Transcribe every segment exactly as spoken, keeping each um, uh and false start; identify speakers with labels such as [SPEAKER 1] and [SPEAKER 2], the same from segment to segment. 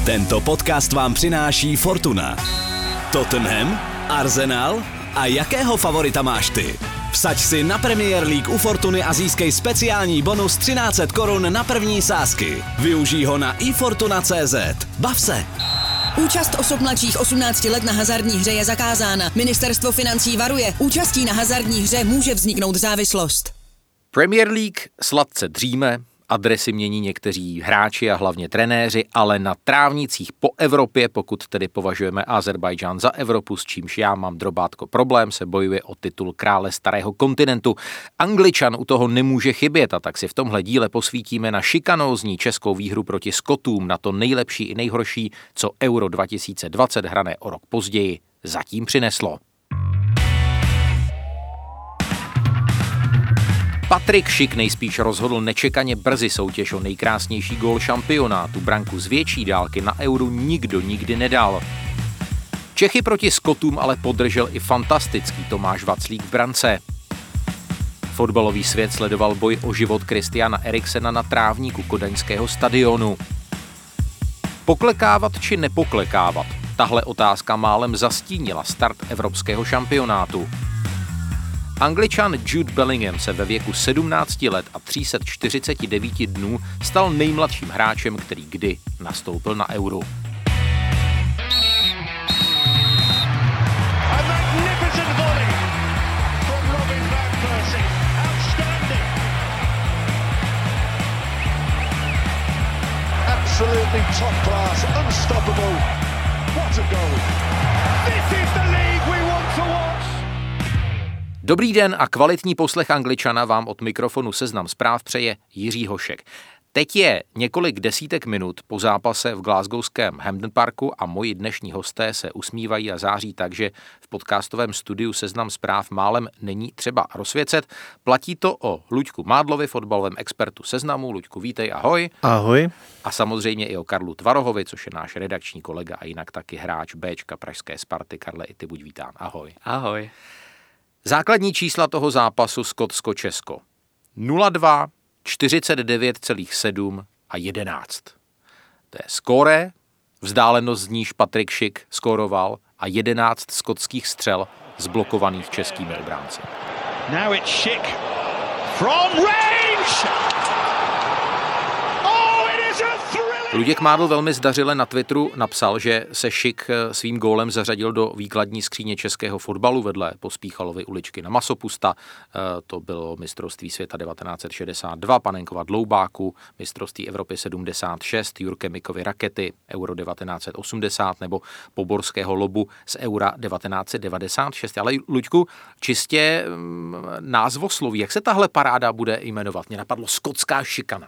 [SPEAKER 1] Tento podcast vám přináší Fortuna. Tottenham, Arsenal a jakého favorita máš ty? Vsaď si na Premier League u Fortuny a získej speciální bonus třináct set korun na první sázky. Využij ho na i fortuna tečka cé zet. Bav se!
[SPEAKER 2] Účast osob mladších osmnácti let na hazardní hře je zakázána. Ministerstvo financí varuje, účastí na hazardní hře může vzniknout závislost.
[SPEAKER 3] Premier League sladce dříme, adresy mění někteří hráči a hlavně trenéři, ale na trávnicích po Evropě, pokud tedy považujeme Azerbajdžán za Evropu, s čímž já mám drobátko problém, se bojuje o titul krále starého kontinentu. Angličan u toho nemůže chybět a tak si v tomhle díle posvítíme na šikanózní českou výhru proti Skotům, na to nejlepší i nejhorší, co Euro dva tisíce dvacet hrané o rok později zatím přineslo. Patrik Schick nejspíš rozhodl nečekaně brzy soutěž o nejkrásnější gól šampionátu. Branku z větší dálky na Euru nikdo nikdy nedal. Čechy proti Skotům ale podržel i fantastický Tomáš Vaclík v brance. Fotbalový svět sledoval boj o život Christiana Eriksena na trávníku kodaňského stadionu. Poklekávat či nepoklekávat? Tahle otázka málem zastínila start evropského šampionátu. Angličan Jude Bellingham se ve věku sedmnácti let a tři sta čtyřicet devět dnů stal nejmladším hráčem, který kdy nastoupil na Euro.
[SPEAKER 4] Absolutely top class, unstoppable. What a goal. This is the league we want to watch.
[SPEAKER 3] Dobrý den a kvalitní poslech Angličana vám od mikrofonu Seznam zpráv přeje Jiří Hošek. Teď je několik desítek minut po zápase v glasgowském Hampden Parku a moji dnešní hosté se usmívají a září tak, že v podcastovém studiu Seznam zpráv málem není třeba rozsvěcet. Platí to o Luďku Mádlovi, fotbalovém expertu Seznamu. Luďku, vítej, ahoj.
[SPEAKER 5] Ahoj.
[SPEAKER 3] A samozřejmě i o Karlu Tvarohovi, což je náš redakční kolega a jinak taky hráč Béčka pražské Sparty. Karle, i ty buď vítán, ahoj.
[SPEAKER 6] Ahoj.
[SPEAKER 3] Základní čísla toho zápasu Skotsko-Česko. nula dva, čtyřicet devět celá sedm a jedenáct. To je skóre, vzdálenost z níž Patrik Schick skóroval a jedenáct skotských střel zblokovaných českými obránci.
[SPEAKER 4] Now it's Schick from range.
[SPEAKER 3] Luděk Mádl velmi zdařile na Twitteru napsal, že se Schick svým gólem zařadil do výkladní skříně českého fotbalu vedle Pospíchalovy uličky na Masopusta. To bylo mistrovství světa devatenáct set šedesát dva, Panenkova Dloubáku, mistrovství Evropy sedmdesát šest, Jurke Mikovy Rakety, Euro devatenáct set osmdesát nebo Poborského Lobu z Eura devatenáct set devadesát šest. Ale Luďku, čistě názvosloví, jak se tahle paráda bude jmenovat? Mě napadlo skotská šikana.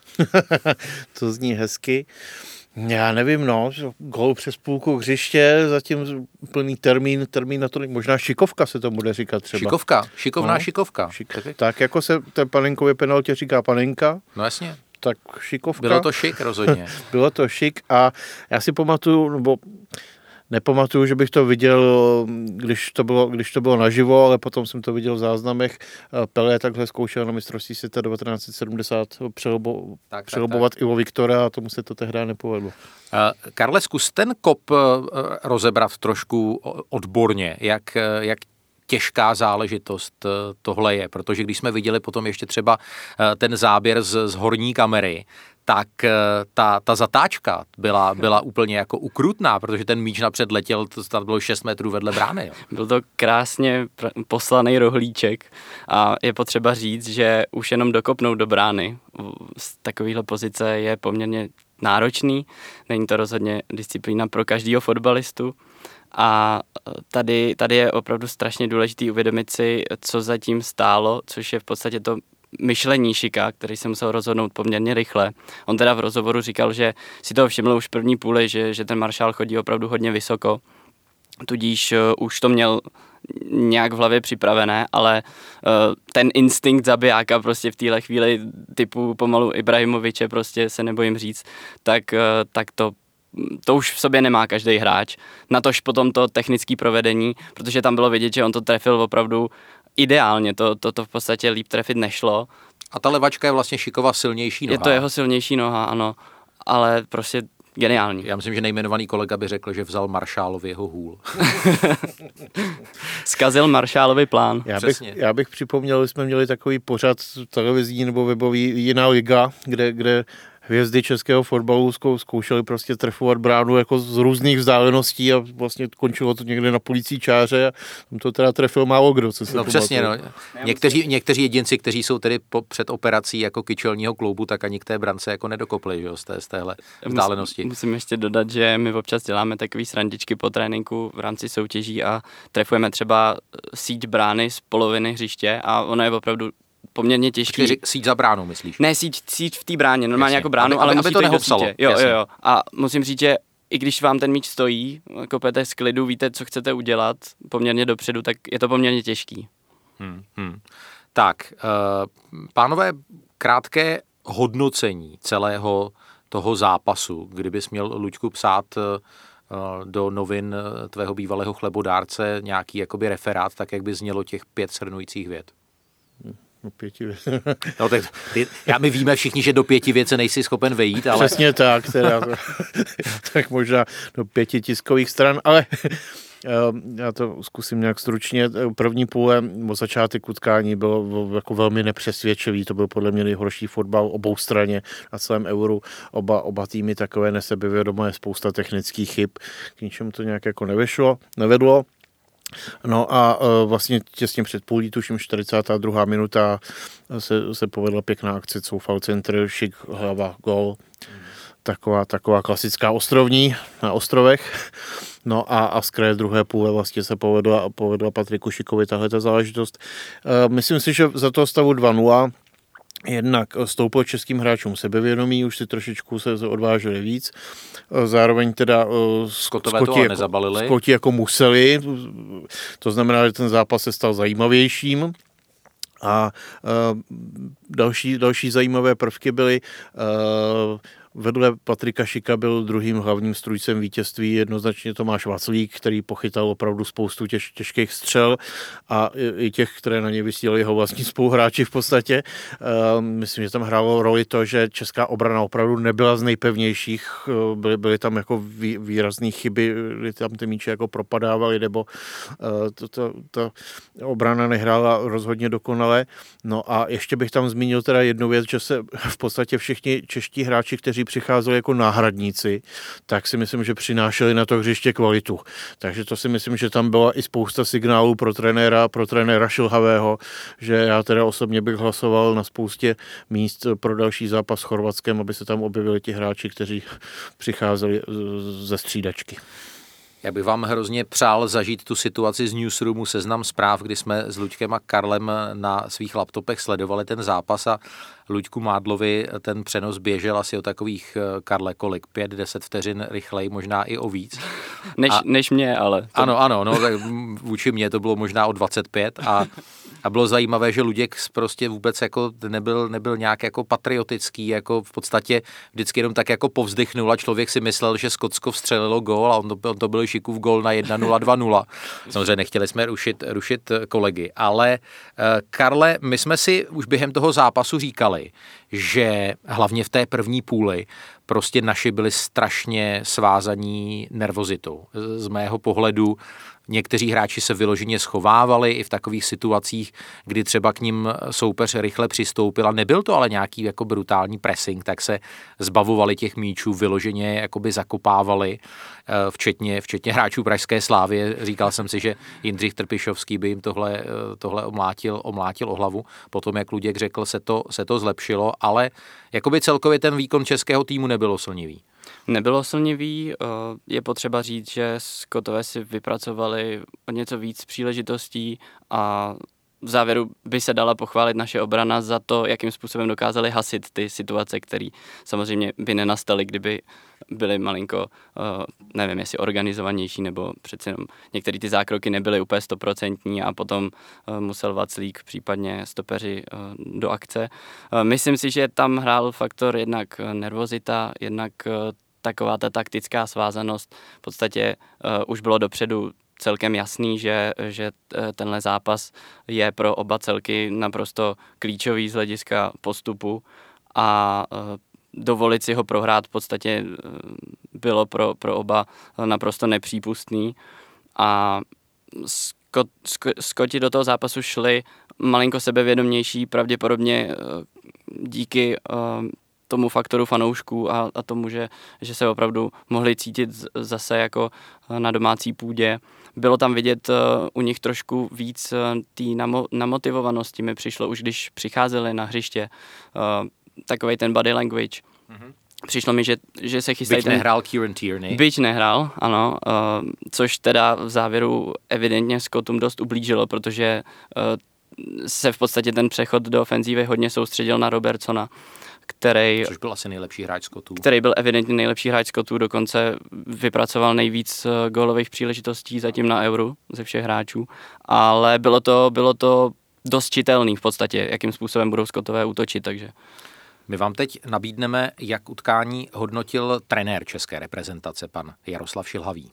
[SPEAKER 5] To zní hezky. Já nevím, no, gól přes půlku hřiště, zatím plný termín, termín na to, možná šikovka se to bude říkat třeba.
[SPEAKER 3] Šikovka, šikovná
[SPEAKER 5] no,
[SPEAKER 3] šikovka.
[SPEAKER 5] Šik, tak jako se té Panenkově penaltě říká panenka.
[SPEAKER 3] No jasně.
[SPEAKER 5] Tak šikovka.
[SPEAKER 3] Bylo to šik rozhodně.
[SPEAKER 5] Bylo to šik a já si pamatuju, nebo nepamatuju, že bych to viděl, když to bylo, když to bylo naživo, ale potom jsem to viděl v záznamech. Pelé takhle zkoušel na mistrovství světa devatenáct set sedmdesát přelobo, tak, přelobovat tak, tak. Ivo Viktora a tomu se to tehdy nepovedlo. Uh,
[SPEAKER 3] Karle, zkus ten kop uh, rozebrat trošku odborně, jak, jak těžká záležitost uh, tohle je, protože když jsme viděli potom ještě třeba uh, ten záběr z, z horní kamery, tak ta, ta zatáčka byla, byla úplně jako ukrutná, protože ten míč napřed letěl, to bylo šest metrů vedle brány. Jo.
[SPEAKER 6] Byl to krásně poslaný rohlíček a je potřeba říct, že už jenom dokopnout do brány z takovéhle pozice je poměrně náročný. Není to rozhodně disciplína pro každého fotbalistu. A tady, tady je opravdu strašně důležitý uvědomit si, co zatím stálo, což je v podstatě to myšlení Schicka, který se musel rozhodnout poměrně rychle. On teda v rozhovoru říkal, že si toho všiml už v první půli, že, že ten maršál chodí opravdu hodně vysoko, tudíž uh, už to měl nějak v hlavě připravené, ale uh, ten instinkt zabijáka prostě v téhle chvíli typu pomalu Ibrahimoviče, prostě se nebojím říct, tak, uh, tak to to už v sobě nemá každý hráč. Natož potom to technické provedení, protože tam bylo vidět, že on to trefil opravdu ideálně, to, to, to v podstatě líp trefit nešlo.
[SPEAKER 3] A ta levačka je vlastně Schickova silnější noha.
[SPEAKER 6] Je to jeho silnější noha, ano, ale prostě geniální.
[SPEAKER 3] Já myslím, že nejmenovaný kolega by řekl, že vzal Marshallovi jeho hůl.
[SPEAKER 6] Zkazil Marshallovi plán.
[SPEAKER 5] Já bych, já bych připomněl, že jsme měli takový pořad televizní nebo webový Jiná liga, kde, kde hvězdy českého fotbalu zkou, zkoušeli prostě trefovat bránu jako z různých vzdáleností a vlastně končilo to někde na půlící čáře a tam to teda trefil málo kdo, co se
[SPEAKER 3] No přesně, no. Někteří, někteří jedinci, kteří jsou tedy po, před operací jako kyčelního kloubu, tak ani k té brance jako nedokopli, že jo, z, té, z téhle vzdálenosti.
[SPEAKER 6] Musím, musím ještě dodat, že my občas děláme takový srandičky po tréninku v rámci soutěží a trefujeme třeba síť brány z poloviny hřiště a ono je opravdu poměrně těžký.
[SPEAKER 3] Počkej, síť za bránou, myslíš?
[SPEAKER 6] Ne, síť, síť v té bráně, normálně jasně. Jako bránu,
[SPEAKER 3] aby,
[SPEAKER 6] ale
[SPEAKER 3] aby,
[SPEAKER 6] musí
[SPEAKER 3] aby to nehovsalo.
[SPEAKER 6] Jo, jo, jo. A musím říct, že i když vám ten míč stojí, kopete z klidu, víte, co chcete udělat poměrně dopředu, tak je to poměrně těžký.
[SPEAKER 3] Hmm, hmm. Tak, uh, pánové, krátké hodnocení celého toho zápasu, kdybys měl, Luďku, psát uh, do novin tvého bývalého chlebodárce nějaký jakoby referát, tak jak by znělo těch pět shrnujících vět.
[SPEAKER 5] Do pěti věc.
[SPEAKER 3] No, tak ty, já my víme všichni, že do pěti věc se nejsi schopen vejít, ale...
[SPEAKER 5] Přesně tak, teda, tak možná do pěti tiskových stran, ale já to zkusím nějak stručně. První půle, o začátek utkání bylo jako velmi nepřesvědčivý, to byl podle mě nejhorší fotbal obou straně na celém Euru. Oba, oba týmy takové nesebevědomé, spousta technických chyb, k ničemu to nějak jako nevyšlo, nevedlo. No a vlastně těsně před půlí, tuším čtyřicátá druhá minuta, se, se povedla pěkná akce, coufal centr, šik, hlava, gól. Taková, taková klasická ostrovní na ostrovech. No a, a z kraje druhé půle vlastně se povedla, povedla Patriku Šikovi tahle ta záležitost. Myslím si, že za toho stavu dva nula jednak stouplo českým hráčům sebevědomí, už si trošičku se odvážili víc. Zároveň teda
[SPEAKER 3] Skotové
[SPEAKER 5] Skoti,
[SPEAKER 3] to
[SPEAKER 5] jako,
[SPEAKER 3] nezabalili.
[SPEAKER 5] Skoti jako museli, to znamená, že ten zápas se stal zajímavějším. A uh, další, další zajímavé prvky byly, uh, vedle Patrika Šika byl druhým hlavním strůjcem vítězství jednoznačně Tomáš Vaclík, který pochytal opravdu spoustu těž, těžkých střel a i, i těch, které na ně vysílali jeho vlastní spoluhráči v podstatě. Uh, myslím, že tam hrálo roli to, že česká obrana opravdu nebyla z nejpevnějších, uh, byly, byly tam jako vý, výrazné chyby, kdy tam ty míče jako propadávaly, nebo uh, to, to, to obrana nehrála rozhodně dokonale. No a ještě bych tam zmínil teda jednu věc, že se v podstatě všichni čeští hráči, kteří přicházeli jako náhradníci, tak si myslím, že přinášeli na to hřiště kvalitu. Takže to si myslím, že tam byla i spousta signálů pro trenéra, pro trenéra Šilhavého, že já teda osobně bych hlasoval na spoustě míst pro další zápas s Chorvatskem, aby se tam objevili ti hráči, kteří přicházeli ze střídačky.
[SPEAKER 3] Já bych vám hrozně přál zažít tu situaci z newsroomu Seznam zpráv, kdy jsme s Luďkem a Karlem na svých laptopech sledovali ten zápas a Luďku Mádlovi ten přenos běžel asi o takových, Karle, kolik? Pět, deset vteřin rychleji, možná i o víc.
[SPEAKER 6] Než,
[SPEAKER 3] a,
[SPEAKER 6] než mě, ale... To...
[SPEAKER 3] Ano, ano, no, tak vůči mě to bylo možná o dvacet pět a A bylo zajímavé, že Luděk prostě vůbec jako nebyl, nebyl nějak jako patriotický, jako v podstatě vždycky jenom tak jako povzdychnul a člověk si myslel, že Skotsko vstřelilo gól a on to, on to byl Šikův gól na jedna nula dva nula. Samozřejmě nechtěli jsme rušit, rušit kolegy, ale Karle, my jsme si už během toho zápasu říkali, že hlavně v té první půli prostě naši byli strašně svázaní nervozitou. Z mého pohledu někteří hráči se vyloženě schovávali i v takových situacích, kdy třeba k ním soupeř rychle přistoupil a nebyl to ale nějaký jako brutální pressing, tak se zbavovali těch míčů, vyloženě jakoby zakopávali, včetně, včetně hráčů Pražské Slávy. Říkal jsem si, že Jindřich Trpišovský by jim tohle, tohle omlátil, omlátil o hlavu. Potom, jak Luděk řekl, se to, se to zlepšilo, ale jakoby celkově ten výkon českého týmu nebylo slnivý.
[SPEAKER 6] Nebylo slnivý, je potřeba říct, že Skotové si vypracovali o něco víc příležitostí a v závěru by se dala pochválit naše obrana za to, jakým způsobem dokázali hasit ty situace, které samozřejmě by nenastaly, kdyby byly malinko, nevím, jestli organizovanější, nebo přece jenom některé ty zákroky nebyly úplně stoprocentní a potom musel Vaclík, případně stopeři do akce. Myslím si, že tam hrál faktor jednak nervozita, jednak taková ta taktická svázanost. V podstatě už bylo dopředu celkem jasný, že, že tenhle zápas je pro oba celky naprosto klíčový z hlediska postupu a dovolit si ho prohrát v podstatě bylo pro, pro oba naprosto nepřípustný. A Scott, Scotti do toho zápasu šli malinko sebevědomější, pravděpodobně díky tomu faktoru fanoušků a, a tomu, že, že se opravdu mohli cítit zase jako na domácí půdě. Bylo tam vidět uh, u nich trošku víc uh, té namo- namotivovanosti. Mi přišlo už, když přicházeli na hřiště, uh, takovej ten body language. Mm-hmm. Přišlo mi, že, že se chystají...
[SPEAKER 3] Byť ten... nehrál Kieran Tierney.
[SPEAKER 6] Byť nehrál, ano. Uh, což teda v závěru evidentně Scottům dost ublížilo, protože uh, se v podstatě ten přechod do ofenzívy hodně soustředil na Robertsona, který...
[SPEAKER 3] Což byl asi nejlepší hráč Scottů.
[SPEAKER 6] Který byl evidentně nejlepší hráč Scottů, dokonce vypracoval nejvíc gólových příležitostí zatím na Euru ze všech hráčů, ale bylo to, bylo to dost čitelný v podstatě, jakým způsobem budou Scottové útočit, takže...
[SPEAKER 3] My vám teď nabídneme, jak utkání hodnotil trenér české reprezentace, pan Jaroslav Šilhavý.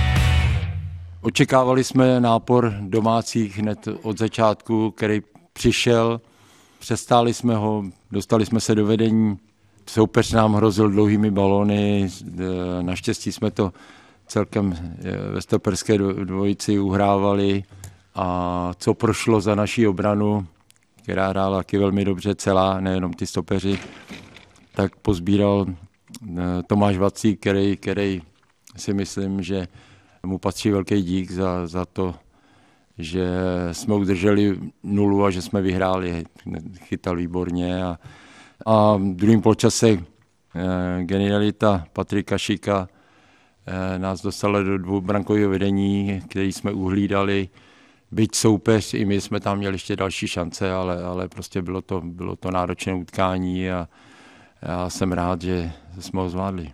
[SPEAKER 7] Očekávali jsme nápor domácích hned od začátku, který přišel. Přestáli jsme ho, dostali jsme se do vedení, soupeř nám hrozil dlouhými balóny, naštěstí jsme to celkem ve stoperské dvojici uhrávali a co prošlo za naší obranu, která hrála taky velmi dobře celá, nejenom ty stopeři, tak pozbíral Tomáš Vacík, který, který si myslím, že mu patří velký dík za, za to, že jsme udrželi nulu a že jsme vyhráli, chytal výborně a, a v druhém poločase e, genialita Patrika Šika e, nás dostala do dvoubrankového vedení, který jsme uhlídali, byť soupeř, i my jsme tam měli ještě další šance, ale, ale prostě bylo to, bylo to náročné utkání a já jsem rád, že jsme ho zvládli.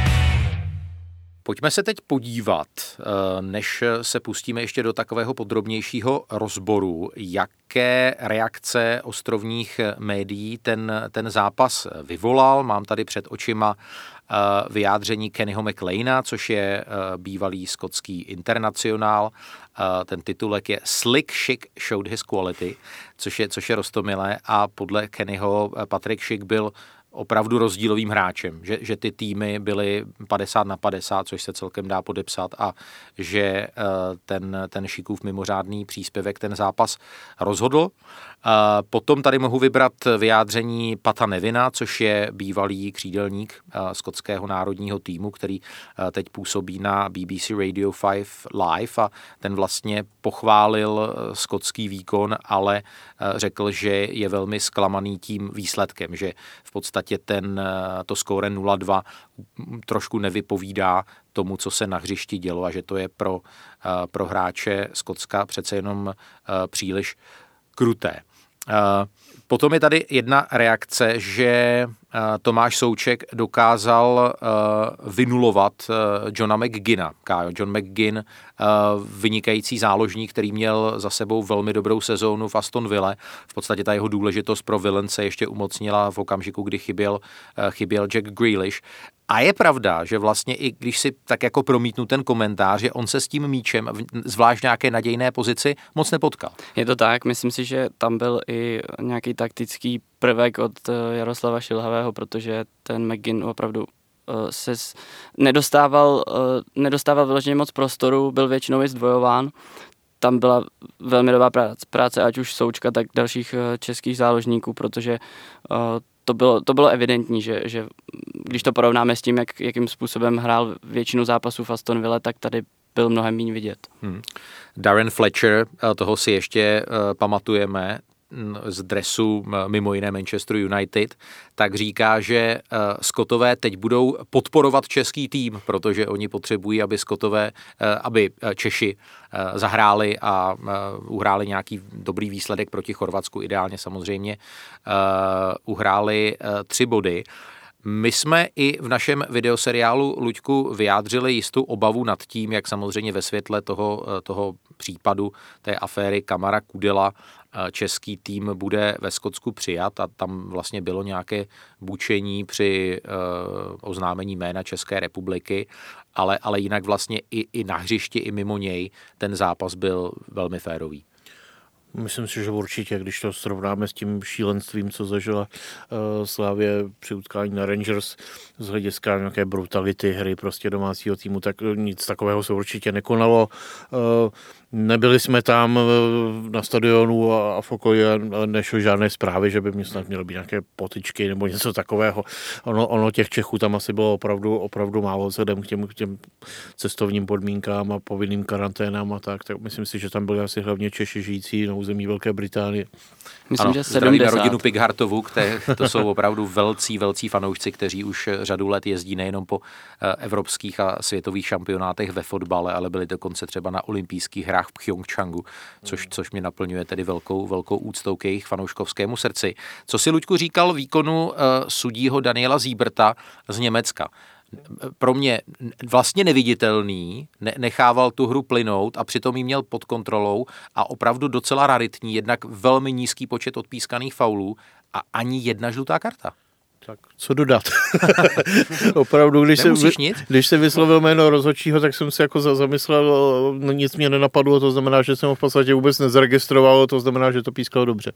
[SPEAKER 3] Pojďme se teď podívat, než se pustíme ještě do takového podrobnějšího rozboru, jaké reakce ostrovních médií ten, ten zápas vyvolal. Mám tady před očima vyjádření Kennyho McLeana, což je bývalý skotský internacionál. Ten titulek je Slick Schick showed his quality, což je, což je roztomilé a podle Kennyho Patrick Schick byl opravdu rozdílovým hráčem, že, že ty týmy byly padesát na padesát, což se celkem dá podepsat a že ten, ten Schickův mimořádný příspěvek ten zápas rozhodl. Potom tady mohu vybrat vyjádření Pata Nevina, což je bývalý křídelník skotského národního týmu, který teď působí na B B C Radio pět Live a ten vlastně pochválil skotský výkon, ale řekl, že je velmi zklamaný tím výsledkem, že v podstatě ten, to skóre nula dva trošku nevypovídá tomu, co se na hřišti dělo a že to je pro, pro hráče Skotska přece jenom příliš kruté. Potom je tady jedna reakce, že Tomáš Souček dokázal vynulovat Johna McGinna. John McGinn, vynikající záložník, který měl za sebou velmi dobrou sezónu v Aston Ville. V podstatě ta jeho důležitost pro Villen se ještě umocnila v okamžiku, kdy chyběl, chyběl Jack Grealish. A je pravda, že vlastně i když si tak jako promítnu ten komentář, že on se s tím míčem, zvlášť nějaké nadějné pozici, moc nepotkal.
[SPEAKER 6] Je to tak, myslím si, že tam byl i nějaký taktický prvek od Jaroslava Šilhavého, protože ten McGinn opravdu se nedostával, nedostával vyloženě moc prostoru, byl většinou i zdvojován. Tam byla velmi dobrá práce, ať už Součka, tak dalších českých záložníků, protože to bylo, to bylo evidentní, že, že když to porovnáme s tím, jak, jakým způsobem hrál většinu zápasů v Aston Ville, tak tady byl mnohem méně vidět. Hmm.
[SPEAKER 3] Darren Fletcher, toho si ještě uh, pamatujeme, z dresu mimo jiné Manchester United, tak říká, že Skotové teď budou podporovat český tým, protože oni potřebují, aby Skotové, aby Češi zahráli a uhráli nějaký dobrý výsledek proti Chorvatsku, ideálně samozřejmě uhráli tři body. My jsme i v našem videoseriálu, Luďku, vyjádřili jistou obavu nad tím, jak samozřejmě ve světle toho, toho případu, té aféry Kamara Kudela, český tým bude ve Skotsku přijat a tam vlastně bylo nějaké bučení při uh, oznámení jména České republiky, ale, ale jinak vlastně i, i na hřišti, i mimo něj ten zápas byl velmi férový.
[SPEAKER 5] Myslím si, že určitě, když to srovnáme s tím šílenstvím, co zažila uh, Slavie při utkání na Rangers z hlediska nějaké brutality hry prostě domácího týmu, tak nic takového se určitě nekonalo. Uh, Nebyli jsme tam na stadionu a v okolí, nešlo žádné zprávy, že by mě snad měly být nějaké potyčky nebo něco takového. Ono, ono těch Čechů tam asi bylo opravdu, opravdu málo vzhledem k těm, k těm cestovním podmínkám a povinným karanténám a tak. Tak myslím si, že tam byli asi hlavně Češi žijící na území Velké Británie.
[SPEAKER 6] Myslím,
[SPEAKER 3] ano,
[SPEAKER 6] že
[SPEAKER 3] zdravíme
[SPEAKER 6] sedmdesát.
[SPEAKER 3] rodinu Pighartovů, které, to jsou opravdu velcí, velcí fanoušci, kteří už řadu let jezdí nejenom po evropských a světových šampionátech ve fotbale, ale byli dokonce třeba na olympijských hrách v Pchjongčchangu, což, což mě naplňuje tedy velkou, velkou úctou k jejich fanouškovskému srdci. Co si, Luďku, říkal výkonu uh, sudího Daniela Sieberta z Německa? Pro mě vlastně neviditelný, ne, nechával tu hru plynout a přitom ji měl pod kontrolou a opravdu docela raritní, jednak velmi nízký počet odpískaných faulů a ani jedna žlutá karta.
[SPEAKER 5] Tak co dodat? Opravdu, když se, když se vyslovil jméno rozhodčího, tak jsem si jako zamyslel, no nic mě nenapadlo, to znamená, že jsem ho v podstatě vůbec nezaregistroval, to znamená, že to pískalo dobře.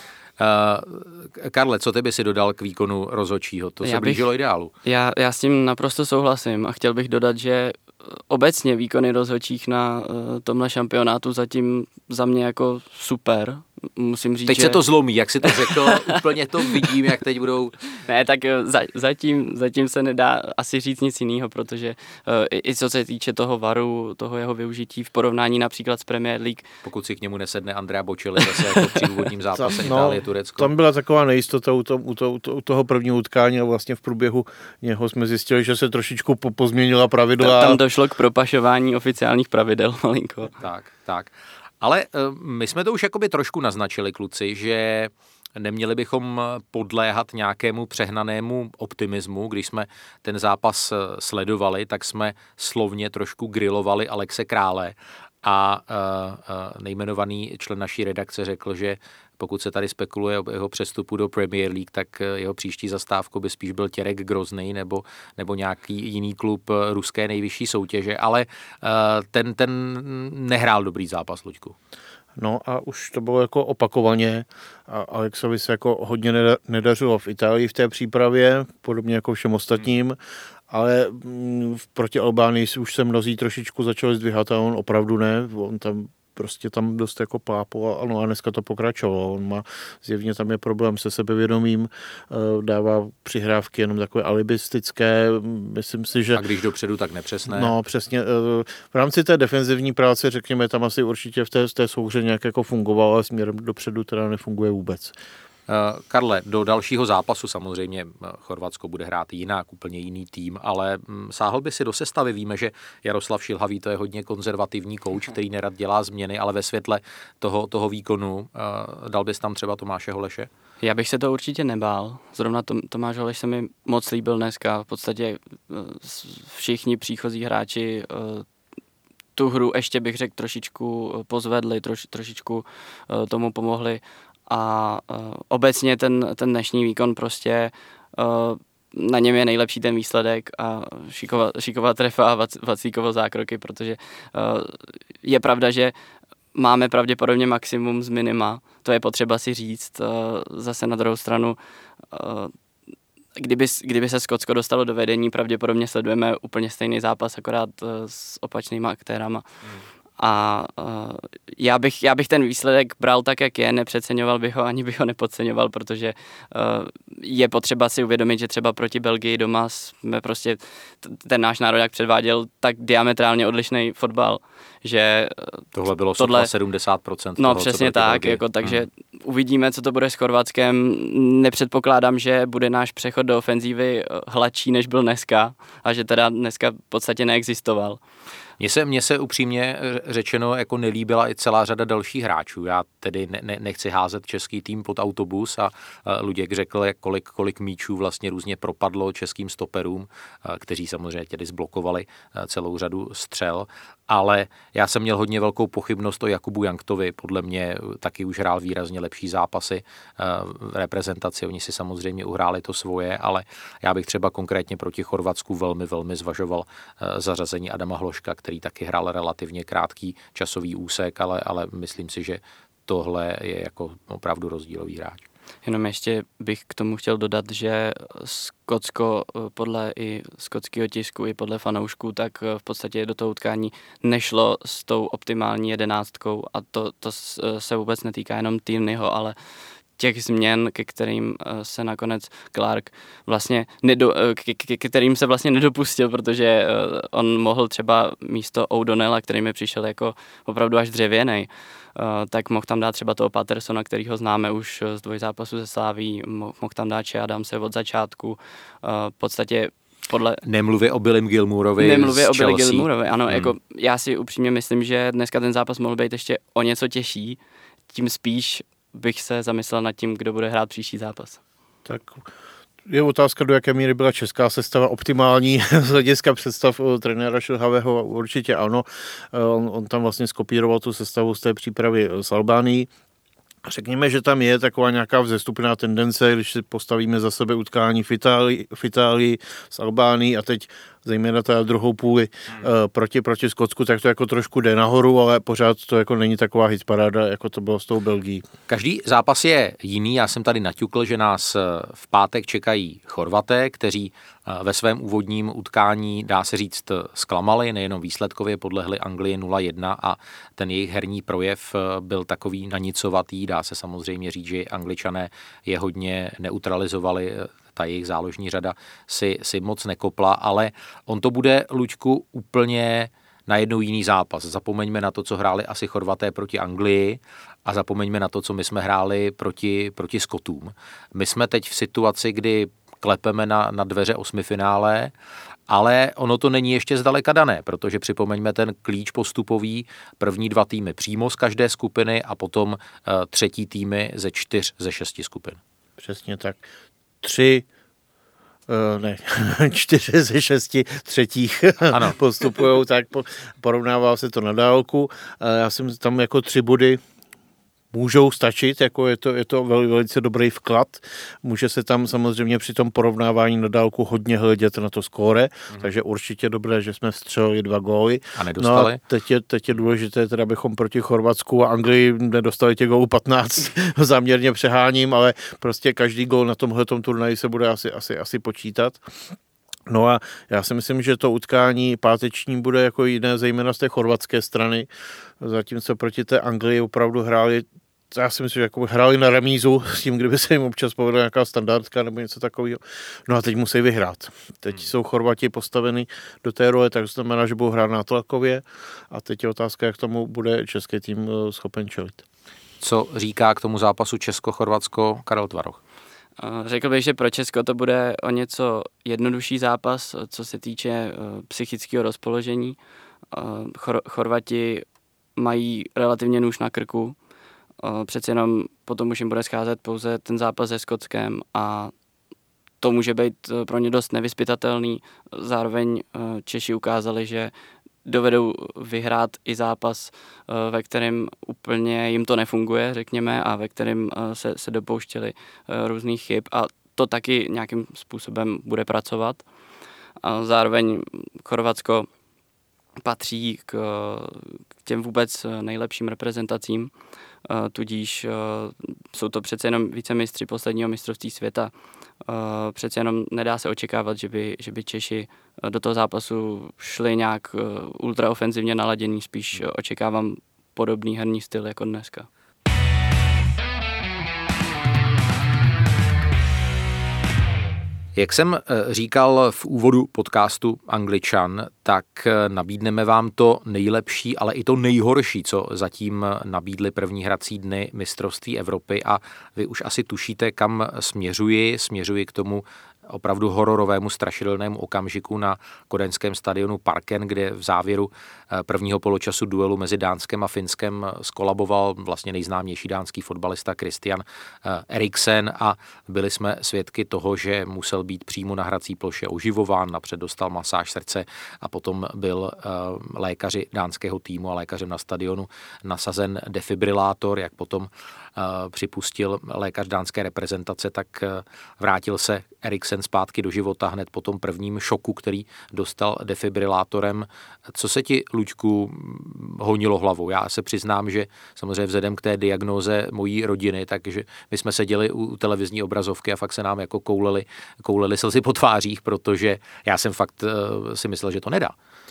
[SPEAKER 3] Uh, Karle, co ty by si dodal k výkonu rozhodčího? To se já blížilo bych, ideálu.
[SPEAKER 6] Já, já s tím naprosto souhlasím a chtěl bych dodat, že obecně výkony rozhodčích na uh, tomhle šampionátu zatím za mě jako super. Musím říct,
[SPEAKER 3] teď
[SPEAKER 6] že...
[SPEAKER 3] se to zlomí, jak si to řekl, úplně to vidím, jak teď budou...
[SPEAKER 6] Ne, tak za, zatím, zatím se nedá asi říct nic jiného, protože uh, i, i co se týče toho varu, toho jeho využití v porovnání například s Premier League.
[SPEAKER 3] Pokud si k němu nesedne Andrea Bocelli zase jako při úvodním zápase
[SPEAKER 5] no,
[SPEAKER 3] Itálie-Turecko.
[SPEAKER 5] Tam byla taková nejistota u, to, u, to, u toho prvního utkání a vlastně v průběhu něho jsme zjistili, že se trošičku po, pozměnila pravidla.
[SPEAKER 6] Tam, tam došlo k propašování oficiálních pravidel malinko.
[SPEAKER 3] Tak, tak. Ale my jsme to už jakoby trošku naznačili, kluci, že neměli bychom podléhat nějakému přehnanému optimismu. Když jsme ten zápas sledovali, tak jsme slovně trošku grilovali Alexe Krále a nejmenovaný člen naší redakce řekl, že pokud se tady spekuluje o jeho přestupu do Premier League, tak jeho příští zastávkou by spíš byl Terek Grozny nebo, nebo nějaký jiný klub ruské nejvyšší soutěže, ale ten, ten nehrál dobrý zápas, Luďku.
[SPEAKER 5] No a už to bylo jako opakovaně a Alexovi se jako hodně nedařilo v Itálii v té přípravě, podobně jako všem ostatním, ale proti Albánii už se mnozí trošičku začali zdvihat a on opravdu ne, on tam prostě tam dost jako plápol, ano, a dneska to pokračovalo. On má, zjevně tam je problém se sebevědomím, dává přihrávky jenom takové alibistické, myslím si, že...
[SPEAKER 3] A když dopředu, tak nepřesné.
[SPEAKER 5] No, přesně. V rámci té defenzivní práce, řekněme, tam asi určitě v té, v té souhře nějak jako fungoval, ale směrem dopředu teda nefunguje vůbec.
[SPEAKER 3] Karle, do dalšího zápasu samozřejmě Chorvatsko bude hrát jinak, úplně jiný tým, ale sáhl by si do sestavy. Víme, že Jaroslav Šilhavý to je hodně konzervativní kouč, který nerad dělá změny, ale ve světle toho, toho výkonu dal bys tam třeba Tomáše Holeše?
[SPEAKER 6] Já bych se to určitě nebál. Zrovna Tomáš Holeš se mi moc líbil dneska. V podstatě všichni příchozí hráči tu hru ještě bych řekl trošičku pozvedli, troš, trošičku tomu pomohli. A uh, obecně ten, ten dnešní výkon prostě uh, na něm je nejlepší ten výsledek a šiková, šiková trefa a vac, Vacíkovo zákroky, protože uh, je pravda, že máme pravděpodobně maximum z minima, to je potřeba si říct. Uh, zase na druhou stranu, uh, kdyby, kdyby se Skotsko dostalo do vedení, pravděpodobně sledujeme úplně stejný zápas, akorát uh, s opačnýma aktérama. Hmm. A uh, já, bych, já bych ten výsledek bral tak, jak je, nepřeceňoval bych ho, ani bych ho nepodceňoval, protože uh, je potřeba si uvědomit, že třeba proti Belgii doma jsme prostě, t- ten náš národ jak předváděl tak diametrálně odlišný fotbal, že uh,
[SPEAKER 3] tohle bylo
[SPEAKER 6] tohle,
[SPEAKER 3] sedmdesát procent
[SPEAKER 6] no
[SPEAKER 3] toho,
[SPEAKER 6] přesně tak, jako, takže hmm. uvidíme, co to bude s Chorvatskem. Nepředpokládám, že bude náš přechod do ofenzívy hladší, než byl dneska a že teda dneska v podstatě neexistoval.
[SPEAKER 3] Mně se, mně se upřímně řečeno jako nelíbila i celá řada dalších hráčů. Já tedy ne, ne, nechci házet český tým pod autobus a, a Luděk řekl, jak kolik, kolik míčů vlastně různě propadlo českým stoperům, a, kteří samozřejmě tedy zblokovali celou řadu střel. Ale já jsem měl hodně velkou pochybnost o Jakubu Janktovi. Podle mě taky už hrál výrazně lepší zápasy v reprezentaci. Oni si samozřejmě uhráli to svoje, ale já bych třeba konkrétně proti Chorvatsku velmi, velmi zvažoval zařazení Adama Hloška, který taky hrál relativně krátký časový úsek, ale, ale myslím si, že tohle je jako opravdu rozdílový hráč.
[SPEAKER 6] Jenom ještě bych k tomu chtěl dodat, že Skotsko podle i skotského tisku, i podle fanoušků, tak v podstatě do toho utkání nešlo s tou optimální jedenáctkou a to, to se vůbec netýká jenom Tierneyho, ale těch změn, ke kterým se nakonec Clark vlastně nedo, ke, ke kterým se vlastně nedopustil, protože on mohl třeba místo O'Donnella, který mi přišel jako opravdu až dřevěnej, tak mohl tam dát třeba toho Pattersona, kterýho známe už z dvojzápasu ze Slaví, mohl tam dát Che Adamse od začátku, v podstatě podle...
[SPEAKER 3] Nemluvě o Billym Gilmourovi
[SPEAKER 6] Nemluvě
[SPEAKER 3] z
[SPEAKER 6] o Billy
[SPEAKER 3] Chelsea.
[SPEAKER 6] Gilmourovi, ano,
[SPEAKER 3] hmm.
[SPEAKER 6] jako já si upřímně myslím, že dneska ten zápas mohl být ještě o něco těžší, tím spíš bych se zamyslel nad tím, kdo bude hrát příští zápas.
[SPEAKER 5] Tak je otázka, do jaké míry byla česká sestava optimální z hlediska představ trenéra Šilhavého, určitě ano. On, on tam vlastně skopíroval tu sestavu z té přípravy s Albánií. Řekněme, že tam je taková nějaká vzestupná tendence, když si postavíme za sebe utkání v Itálii, v Itálii s Albánií a teď zejména ta druhou půli hmm. uh, proti, proti Skotsku, tak to jako trošku jde nahoru, ale pořád to jako není taková hitparáda, jako to bylo s tou Belgií.
[SPEAKER 3] Každý zápas je jiný, já jsem tady naťukl, že nás v pátek čekají Chorvaté, kteří ve svém úvodním utkání, dá se říct, zklamali, nejenom výsledkově podlehli Anglii nula jedna a ten jejich herní projev byl takový nanicovatý, dá se samozřejmě říct, že Angličané je hodně neutralizovali, ta jejich záložní řada si, si moc nekopla, ale on to bude, Luďku, úplně najednou jiný zápas. Zapomeňme na to, co hráli asi Chorvaté proti Anglii a zapomeňme na to, co my jsme hráli proti, proti Skotům. My jsme teď v situaci, kdy klepeme na, na dveře osmifinále, ale ono to není ještě zdaleka dané, protože připomeňme ten klíč postupový, první dva týmy přímo z každé skupiny a potom uh, třetí týmy ze čtyř ze šesti skupin.
[SPEAKER 5] Přesně tak. Tři, uh, ne, čtyři ze šesti třetích postupujou, tak po, porovnává se to na dálku. Uh, já jsem tam jako tři body můžou stačit, jako je to, je to vel, velice dobrý vklad. Může se tam samozřejmě při tom porovnávání na dálku hodně hledět na to skóre, mm. takže určitě dobré, že jsme vstřelili dva góly.
[SPEAKER 3] A nedostali.
[SPEAKER 5] No a teď je, teď je důležité, teda abychom proti Chorvatsku a Anglii nedostali těch gólů patnáct, záměrně přeháním, ale prostě každý gól na tomhletom turnaji se bude asi, asi, asi počítat. No a já si myslím, že to utkání páteční bude jako jiné, zejména z té chorvatské strany, zatímco proti té Anglii opravdu hráli, já si myslím, že jako hráli na remízu s tím, kdyby se jim občas povedla nějaká standardka nebo něco takového. No a teď musí vyhrát. Teď jsou Chorvati postaveni do té role, tak znamená, že budou hrát nátlakově a teď je otázka, jak tomu bude český tým schopen čelit.
[SPEAKER 3] Co říká k tomu zápasu Česko-Chorvatsko Karel Tvaroch?
[SPEAKER 6] Řekl bych, že pro Česko to bude o něco jednodušší zápas, co se týče psychického rozpoložení. Chor- Chorvati mají relativně nůž na krku, přece jenom potom už jim bude scházet pouze ten zápas se Skotskem a to může být pro ně dost nevyzpytatelný. Zároveň Češi ukázali, že dovedou vyhrát i zápas, ve kterém úplně jim to nefunguje, řekněme, a ve kterém se, se dopouštěli různých chyb a to taky nějakým způsobem bude pracovat. A zároveň Chorvatsko patří k, k těm vůbec nejlepším reprezentacím, tudíž jsou to přece jenom vicemistři posledního mistrovství světa. Přece jenom nedá se očekávat, že by, že by Češi do toho zápasu šli nějak ultraofenzivně naladění, spíš očekávám podobný herní styl jako dneska.
[SPEAKER 3] Jak jsem říkal v úvodu podcastu Angličan, tak nabídneme vám to nejlepší, ale i to nejhorší, co zatím nabídly první hrací dny mistrovství Evropy a vy už asi tušíte, kam směřuji. Směřuji k tomu opravdu hororovému, strašidelnému okamžiku na kodaňském stadionu Parken, kde v závěru prvního poločasu duelu mezi Dánskem a Finskem skolaboval vlastně nejznámější dánský fotbalista Christian Eriksen a byli jsme svědky toho, že musel být přímo na hrací ploše oživován, napřed dostal masáž srdce a potom byl lékaři dánského týmu a lékařem na stadionu nasazen defibrilátor, jak potom připustil lékař dánské reprezentace, tak vrátil se Eriksen zpátky do života hned po tom prvním šoku, který dostal defibrilátorem. Co se ti, Luďku, honilo hlavou? Já se přiznám, že samozřejmě vzhledem k té diagnóze mojí rodiny, takže my jsme seděli u televizní obrazovky a fakt se nám jako kouleli, kouleli slzy po tvářích, protože já jsem fakt si myslel, že to nedá.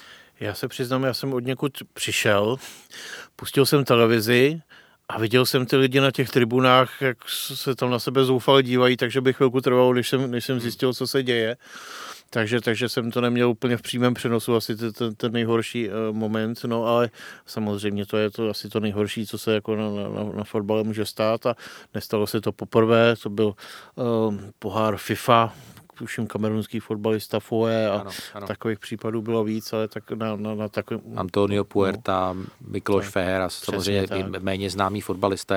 [SPEAKER 5] Já se přiznám, já jsem od někud přišel, pustil jsem televizi a viděl jsem ty lidi na těch tribunách, jak se tam na sebe zoufale dívají, takže by chvilku trvalo, než jsem, než jsem zjistil, co se děje. Takže, takže jsem to neměl úplně v přímém přenosu, asi ten, ten, ten nejhorší uh, moment, no ale samozřejmě to je to asi to nejhorší, co se jako na, na, na fotbale může stát a nestalo se to poprvé, to byl uh, pohár FIFA, tuším kamerunský fotbalista Foe a ano, ano. takových případů bylo víc, ale tak na, na, na takový...
[SPEAKER 3] Antonio Puerta, no, Mikloš Feher a samozřejmě méně známí fotbalisté.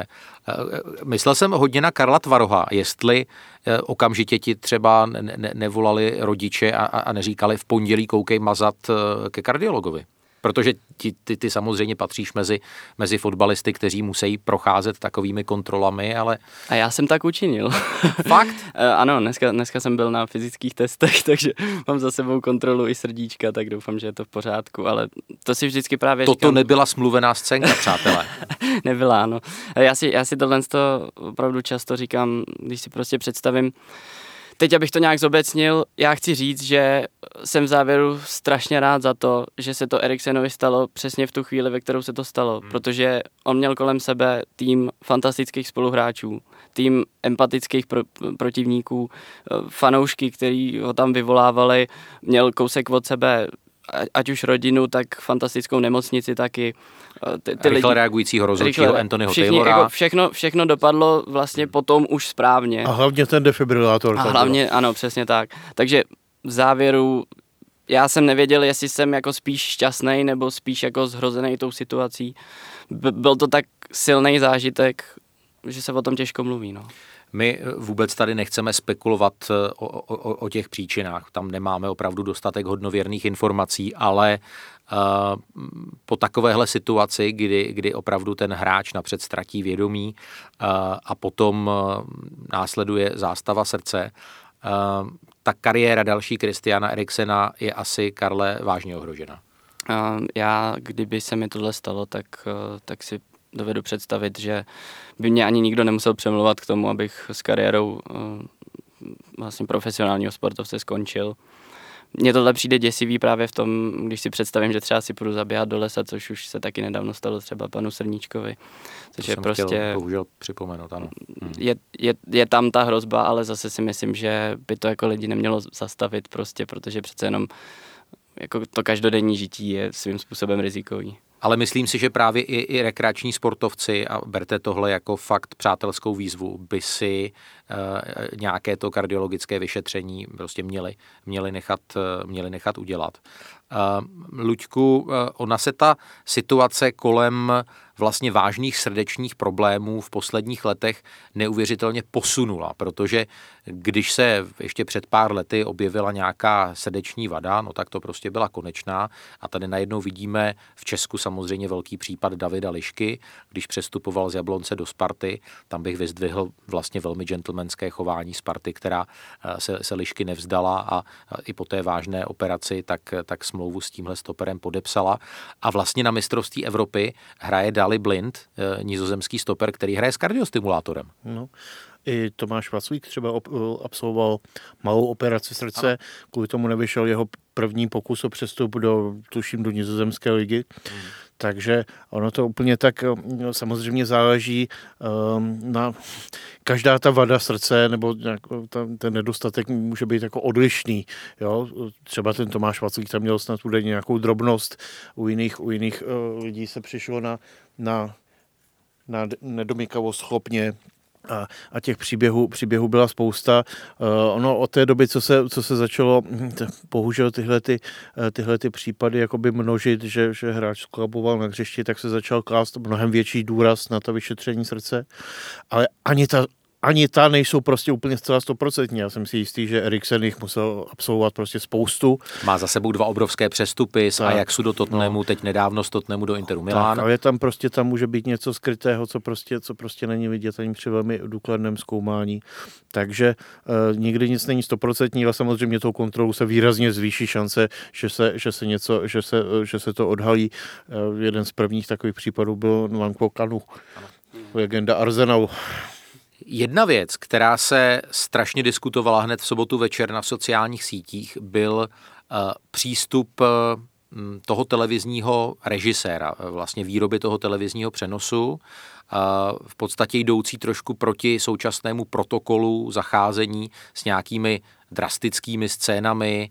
[SPEAKER 3] Myslel jsem hodně na Karla Tvaroha, jestli okamžitě ti třeba ne, ne, nevolali rodiče a, a neříkali v pondělí koukej mazat ke kardiologovi. Protože ty, ty, ty samozřejmě patříš mezi, mezi fotbalisty, kteří musí procházet takovými kontrolami, ale...
[SPEAKER 6] A já jsem tak učinil.
[SPEAKER 3] Fakt?
[SPEAKER 6] Ano, dneska, dneska jsem byl na fyzických testech, takže mám za sebou kontrolu i srdíčka, tak doufám, že je to v pořádku, ale to si vždycky právě
[SPEAKER 3] Toto
[SPEAKER 6] říkám...
[SPEAKER 3] nebyla smluvená scénka, přátelé.
[SPEAKER 6] Nebyla, ano. Já si, já si tohle opravdu často říkám, když si prostě představím, teď, abych to nějak zobecnil, já chci říct, že jsem v závěru strašně rád za to, že se to Eriksenovi stalo přesně v tu chvíli, ve kterou se to stalo, hmm. protože on měl kolem sebe tým fantastických spoluhráčů, tým empatických pro, protivníků, fanoušky, který ho tam vyvolávali, měl kousek od sebe, ať už rodinu, tak fantastickou nemocnici taky.
[SPEAKER 3] Ty, ty rychle lidi, reagujícího rozhodčího Anthonyho Taylora.
[SPEAKER 6] Jako všechno, všechno dopadlo vlastně potom už správně.
[SPEAKER 5] A hlavně ten defibrilátor.
[SPEAKER 6] A hlavně, bylo. Ano, přesně tak. Takže v závěru já jsem nevěděl, jestli jsem jako spíš šťastný nebo spíš jako zhrozený tou situací. B- byl to tak silný zážitek, že se o tom těžko mluví, no.
[SPEAKER 3] My vůbec tady nechceme spekulovat o, o, o těch příčinách. Tam nemáme opravdu dostatek hodnověrných informací, ale uh, po takovéhle situaci, kdy, kdy opravdu ten hráč napřed ztratí vědomí uh, a potom uh, následuje zástava srdce, uh, ta kariéra další Christiana Eriksena je asi, Karle, vážně ohrožena.
[SPEAKER 6] Uh, já, kdyby se mi tohle stalo, tak, uh, tak si dovedu představit, že by mě ani nikdo nemusel přemlouvat k tomu, abych s kariérou uh, vlastně profesionálního sportovce skončil. Mně tohle přijde děsivý právě v tom, když si představím, že třeba si půjdu zaběhat do lesa, což už se taky nedávno stalo třeba panu Srníčkovi. Což
[SPEAKER 3] to
[SPEAKER 6] je
[SPEAKER 3] jsem
[SPEAKER 6] prostě,
[SPEAKER 3] chtěl bohužel připomenout, ano. Hmm.
[SPEAKER 6] Je, je, je tam ta hrozba, ale zase si myslím, že by to jako lidi nemělo zastavit prostě, protože přece jenom jako to každodenní žití je svým způsobem rizikový.
[SPEAKER 3] Ale myslím si, že právě i, i rekreační sportovci, a berte tohle jako fakt přátelskou výzvu, by si uh, nějaké to kardiologické vyšetření prostě měli, měli, nechat, uh, měli nechat udělat. Uh, Luďku, uh, ona se ta situace kolem vlastně vážných srdečních problémů v posledních letech neuvěřitelně posunula, protože když se ještě před pár lety objevila nějaká srdeční vada, no tak to prostě byla konečná a tady najednou vidíme v Česku samozřejmě velký případ Davida Lišky, když přestupoval z Jablonce do Sparty, tam bych vyzdvihl vlastně velmi gentlemanské chování Sparty, která se, se Lišky nevzdala a i po té vážné operaci tak, tak smlouvu s tímhle stoperem podepsala a vlastně na mistrovství Evropy hraje Daley Blind, nizozemský stoper, který hraje s kardiostimulátorem.
[SPEAKER 5] No. I Tomáš Vaclík třeba absolvoval malou operaci srdce, ano. Kvůli tomu nevyšel jeho první pokus o přestup do, tuším, do nizozemské ligy. Hmm. Takže ono to úplně tak no, samozřejmě záleží um, na každá ta vada srdce nebo jako tam, ten nedostatek může být jako odlišný. Jo? Třeba ten Tomáš Vaclík tam měl snad údajně nějakou drobnost, u jiných, u jiných uh, lidí se přišlo na, na, na nedomykavost chlopně. A, a těch příběhů, příběhů byla spousta. Uh, ono od té doby, co se, co se začalo, t- bohužel tyhle, ty, tyhle ty případy jakoby množit, že, že hráč skolaboval na hřišti, tak se začal klást mnohem větší důraz na to vyšetření srdce. Ale ani ta, ani ta nejsou prostě úplně zcela stoprocentní. Já jsem si jistý, že Eriksen jich musel absolvovat prostě spoustu.
[SPEAKER 3] Má za sebou dva obrovské přestupy z Ajaxu do Tottenhamu, no. teď nedávno z Tottenhamu do Interu Milán.
[SPEAKER 5] Tak, ale tam prostě tam může být něco skrytého, co prostě, co prostě není vidět ani při velmi důkladném zkoumání. Takže e, nikdy nic není stoprocentní, ale samozřejmě tou kontrolou se výrazně zvýší šance, že se, že se něco, že se, že se to odhalí. E, jeden z prvních takových případů byl Nwankwo Kanu, legenda Arsenalu.
[SPEAKER 3] Jedna věc, která se strašně diskutovala hned v sobotu večer na sociálních sítích, byl uh, přístup uh, toho televizního režiséra, vlastně výroby toho televizního přenosu, uh, v podstatě jdoucí trošku proti současnému protokolu zacházení s nějakými drastickými scénami.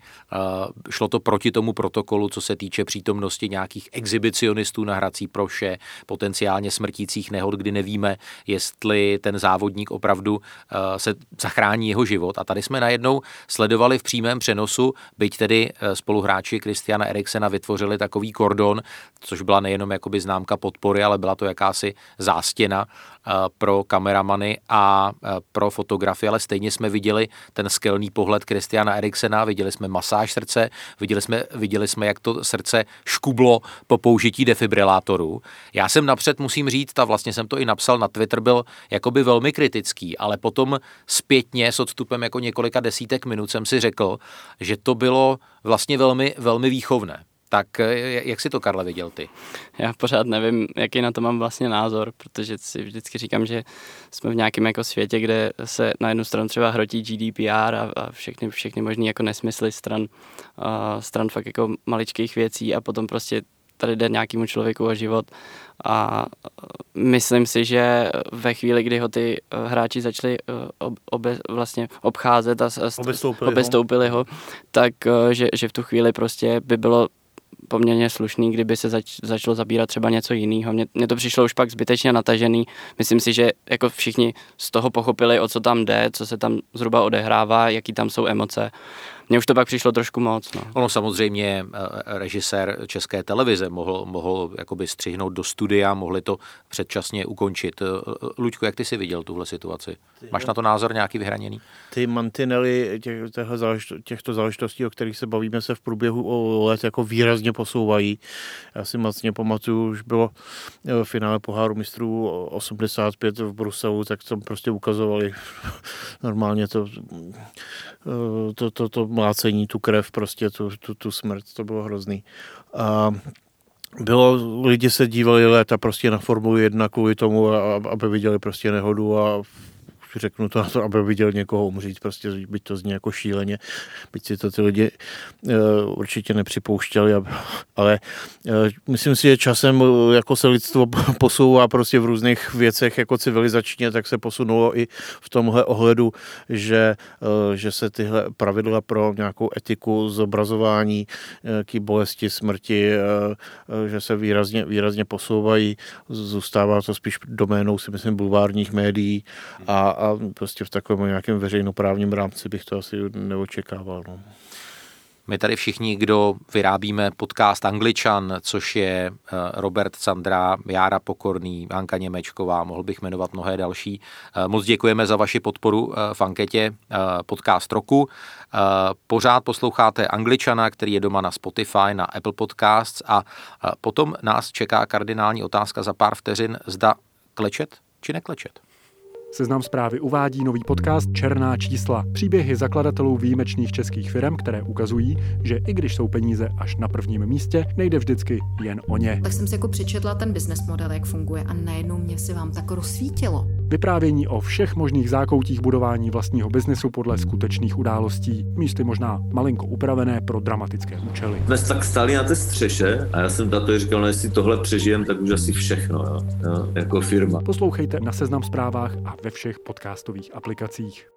[SPEAKER 3] Šlo to proti tomu protokolu, co se týče přítomnosti nějakých exhibicionistů na hrací ploše, potenciálně smrtících nehod, kdy nevíme, jestli ten závodník opravdu se zachrání jeho život. A tady jsme najednou sledovali v přímém přenosu, byť tedy spoluhráči Christiana Eriksena vytvořili takový kordon, což byla nejenom jakoby známka podpory, ale byla to jakási zástěna pro kameramany a pro fotografy, ale stejně jsme viděli ten skelný pohled Christiana Eriksena, viděli jsme masáž srdce, viděli jsme, viděli jsme, jak to srdce škublo po použití defibrilátoru. Já jsem napřed, musím říct, a vlastně jsem to i napsal na Twitter, byl jakoby velmi kritický, ale potom zpětně s odstupem jako několika desítek minut jsem si řekl, že to bylo vlastně velmi, velmi výchovné. Tak jak si to, Karle, viděl ty?
[SPEAKER 6] Já pořád nevím, jaký na to mám vlastně názor, protože si vždycky říkám, že jsme v nějakém jako světě, kde se na jednu stranu třeba hrotí G D P R a, a všechny, všechny možný jako nesmysly stran, uh, stran fakt jako maličkých věcí a potom prostě tady jde nějakému člověku o život a myslím si, že ve chvíli, kdy ho ty hráči začali obe, vlastně obcházet a
[SPEAKER 5] obestoupili,
[SPEAKER 6] obestoupili ho, tak že, že v tu chvíli prostě by bylo poměrně slušný, kdyby se zač, začalo zabírat třeba něco jiného. Mně, mně to přišlo už pak zbytečně natažený. Myslím si, že jako všichni z toho pochopili, o co tam jde, co se tam zhruba odehrává, jaký tam jsou emoce. Mně už to pak přišlo trošku moc. No.
[SPEAKER 3] Ono samozřejmě režisér České televize mohl, mohl jakoby střihnout do studia, mohli to předčasně ukončit. Luďku, jak ty jsi viděl tuhle situaci? Máš na to názor nějaký vyhraněný? Ty
[SPEAKER 5] mantinely těch, těchto záležitostí, o kterých se bavíme, se v průběhu let jako výrazně posouvají. Já si mocně pamatuju, už bylo v finále poháru mistrů osmdesát pět v Bruselu, tak tam prostě ukazovali normálně to to, to, to mlácení, tu krev, prostě tu, tu, tu smrt, to bylo hrozný. A bylo, lidi se dívali léta prostě na Formuli jedna kvůli tomu, aby viděli prostě nehodu a řeknu to, aby viděl někoho umřít, prostě byť to zní jako šíleně, byť si to ty lidi uh, určitě nepřipouštěli, ale uh, myslím si, že časem jako se lidstvo posouvá prostě v různých věcech jako civilizačně, tak se posunulo i v tomhle ohledu, že, uh, že se tyhle pravidla pro nějakou etiku zobrazování nějaký bolesti, smrti, uh, uh, že se výrazně, výrazně posouvají, zůstává to spíš doménou, si myslím, bulvárních médií a, a a prostě v takovém nějakém veřejnoprávním rámci bych to asi neočekával. No.
[SPEAKER 3] My tady všichni, kdo vyrábíme podcast Angličan, což je Robert Candra, Jára Pokorný, Hanka Němečková, mohl bych jmenovat mnohé další. Moc děkujeme za vaši podporu v anketě Podcast roku. Pořád posloucháte Angličana, který je doma na Spotify, na Apple Podcasts a potom nás čeká kardinální otázka za pár vteřin, zda klečet či neklečet.
[SPEAKER 8] Seznam Zprávy uvádí nový podcast Černá čísla. Příběhy zakladatelů výjimečných českých firm, které ukazují, že i když jsou peníze až na prvním místě, nejde vždycky jen o ně.
[SPEAKER 9] Tak jsem si jako přečetla ten business model, jak funguje a najednou mě se vám tak rozsvítilo.
[SPEAKER 8] Vyprávění o všech možných zákoutích budování vlastního biznesu podle skutečných událostí. Místy možná malinko upravené pro dramatické účely.
[SPEAKER 10] Jsme tak stáli na té střeše a já jsem tato říkal, no jestli tohle přežijem, tak už asi všechno, jo, jo, jako firma.
[SPEAKER 8] Poslouchejte na Seznam Zprávách a ve všech podcastových aplikacích.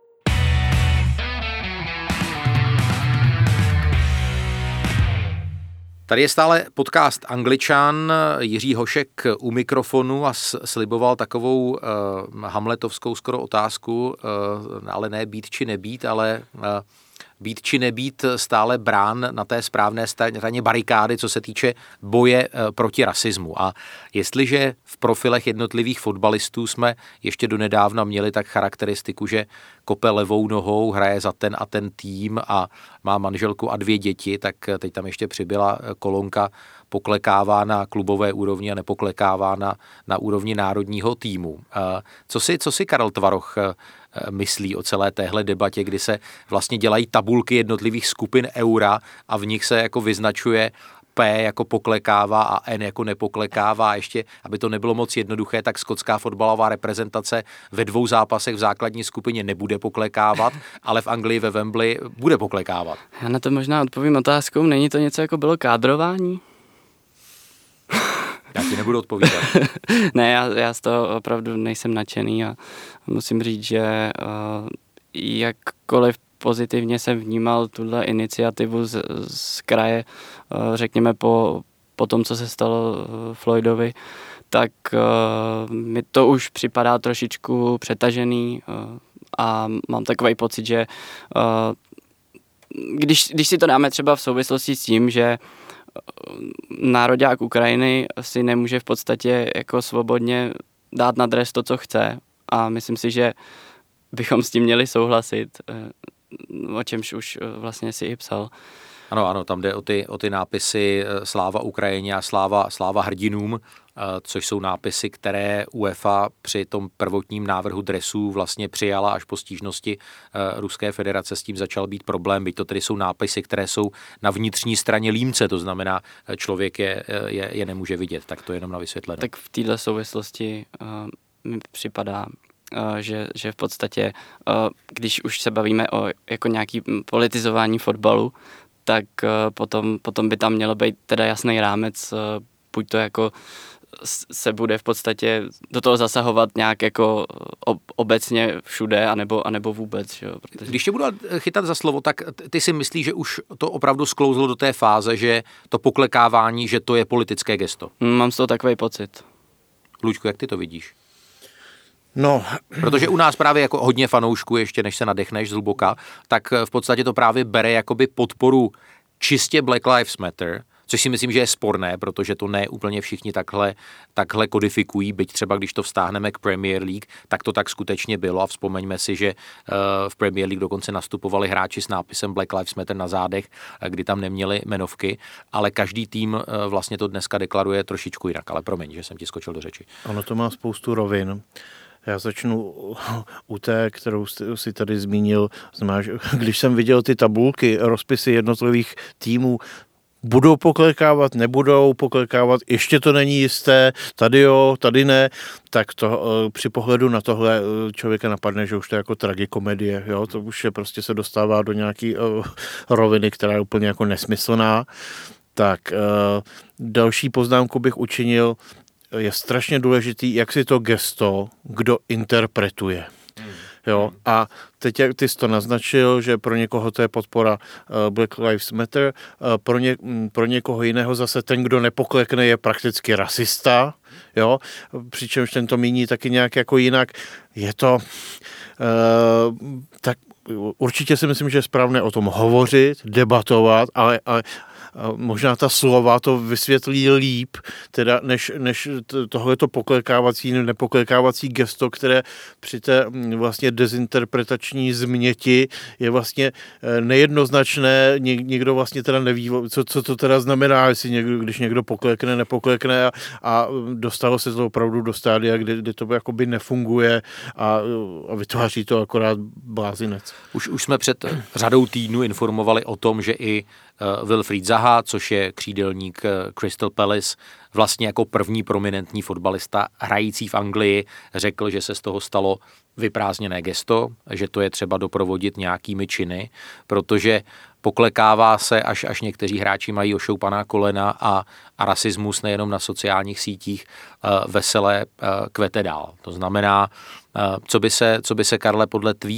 [SPEAKER 3] Tady je stále podcast Angličan, Jiří Hošek u mikrofonu a sliboval takovou uh, hamletovskou skoro otázku, uh, ale ne být či nebýt, ale uh, být či nebýt stále brán na té správné straně barikády, co se týče boje proti rasismu. A jestliže v profilech jednotlivých fotbalistů jsme ještě donedávna měli tak charakteristiku, že kope levou nohou, hraje za ten a ten tým a má manželku a dvě děti, tak teď tam ještě přibyla kolonka, poklekává na klubové úrovni a nepoklekává na, na úrovni národního týmu. Co si, co si Karel Tvaroch myslí o celé téhle debatě, kdy se vlastně dělají tabulky jednotlivých skupin eura a v nich se jako vyznačuje P jako poklekává a N jako nepoklekává. Ještě, aby to nebylo moc jednoduché, tak skotská fotbalová reprezentace ve dvou zápasech v základní skupině nebude poklekávat, ale v Anglii ve Wembley bude poklekávat.
[SPEAKER 6] Já na to možná odpovím otázkou. Není to něco jako bylo kádrování?
[SPEAKER 3] Já ti nebudu odpovídat.
[SPEAKER 6] Ne, já, já z toho opravdu nejsem nadšený a musím říct, že uh, jakkoliv pozitivně jsem vnímal tuhle iniciativu z, z kraje, uh, řekněme po, po tom, co se stalo uh, Floydovi, tak uh, mi to už připadá trošičku přetažený uh, a mám takový pocit, že uh, když, když si to dáme třeba v souvislosti s tím, že nároďák Ukrajiny si nemůže v podstatě jako svobodně dát na dres to, co chce a myslím si, že bychom s tím měli souhlasit, o čemž už vlastně si i psal.
[SPEAKER 3] Ano, ano, tam jde o ty, o ty nápisy Sláva Ukrajině a Sláva, Sláva hrdinům, což jsou nápisy, které UEFA při tom prvotním návrhu dresů vlastně přijala až po stížnosti Ruské federace. S tím začal být problém, byť to tedy jsou nápisy, které jsou na vnitřní straně límce, to znamená, člověk je, je, je nemůže vidět, tak to jenom na vysvětlenou.
[SPEAKER 6] Tak v této souvislosti uh, mi připadá, uh, že, že v podstatě, uh, když už se bavíme o jako nějaký politizování fotbalu, tak uh, potom, potom by tam mělo být teda jasný rámec, uh, buď to jako se bude v podstatě do toho zasahovat nějak jako obecně všude, anebo, anebo vůbec. Jo, protože...
[SPEAKER 3] Když tě budu chytat za slovo, tak ty si myslíš, že už to opravdu sklouzlo do té fáze, že to poklekávání, že to je politické gesto?
[SPEAKER 6] Mám z toho takový pocit.
[SPEAKER 3] Luďku, jak ty to vidíš?
[SPEAKER 5] No.
[SPEAKER 3] Protože u nás právě jako hodně fanoušků, ještě než se nadechneš zhluboka, tak v podstatě to právě bere jakoby podporu čistě Black Lives Matter, což si myslím, že je sporné, protože to ne úplně všichni takhle, takhle kodifikují, byť třeba když to vztáhneme k Premier League, tak to tak skutečně bylo a vzpomeňme si, že v Premier League dokonce nastupovali hráči s nápisem Black Lives Matter na zádech, kdy tam neměli jmenovky, ale každý tým vlastně to dneska deklaruje trošičku jinak, ale promiň, že jsem ti skočil do řeči.
[SPEAKER 5] Ono to má spoustu rovin. Já začnu u té, kterou si tady zmínil. Znamená, když jsem viděl ty tabulky, rozpisy jednotlivých týmů, budou poklekávat, nebudou poklekávat, ještě to není jisté, tady jo, tady ne, tak to při pohledu na tohle člověka napadne, že už to je jako tragikomedie, jo, to už je prostě se dostává do nějaký uh, roviny, která je úplně jako nesmyslná. Tak uh, další poznámku bych učinil, je strašně důležitý, jak si to gesto, kdo interpretuje. Jo, a teď ty jsi to naznačil, že pro někoho to je podpora uh, Black Lives Matter, uh, pro, ně, pro někoho jiného zase ten, kdo nepoklekne, je prakticky rasista, jo, přičemž ten to míní taky nějak jako jinak. Je to uh, tak určitě si myslím, že je správné o tom hovořit, debatovat, ale, ale možná ta slova to vysvětlí líp, teda než, než tohleto poklekávací, nepoklekávací gesto, které při té vlastně dezinterpretační změti je vlastně nejednoznačné, někdo vlastně teda neví, co, co to teda znamená, jestli někdo, když někdo poklekne, nepoklekne a, a dostalo se to opravdu do stádia, kde, kde to jakoby nefunguje a, a vytváří to akorát blázinec.
[SPEAKER 3] Už, už jsme před řadou týdnů informovali o tom, že i Wilfried Zaha, což je křídelník Crystal Palace, vlastně jako první prominentní fotbalista hrající v Anglii, řekl, že se z toho stalo vyprázdněné gesto, že to je třeba doprovodit nějakými činy, protože poklekává se, až, až někteří hráči mají ošoupaná kolena a, a rasismus nejenom na sociálních sítích uh, veselé uh, kvete dál. To znamená, uh, co by se, co by se, Karle, podle tvých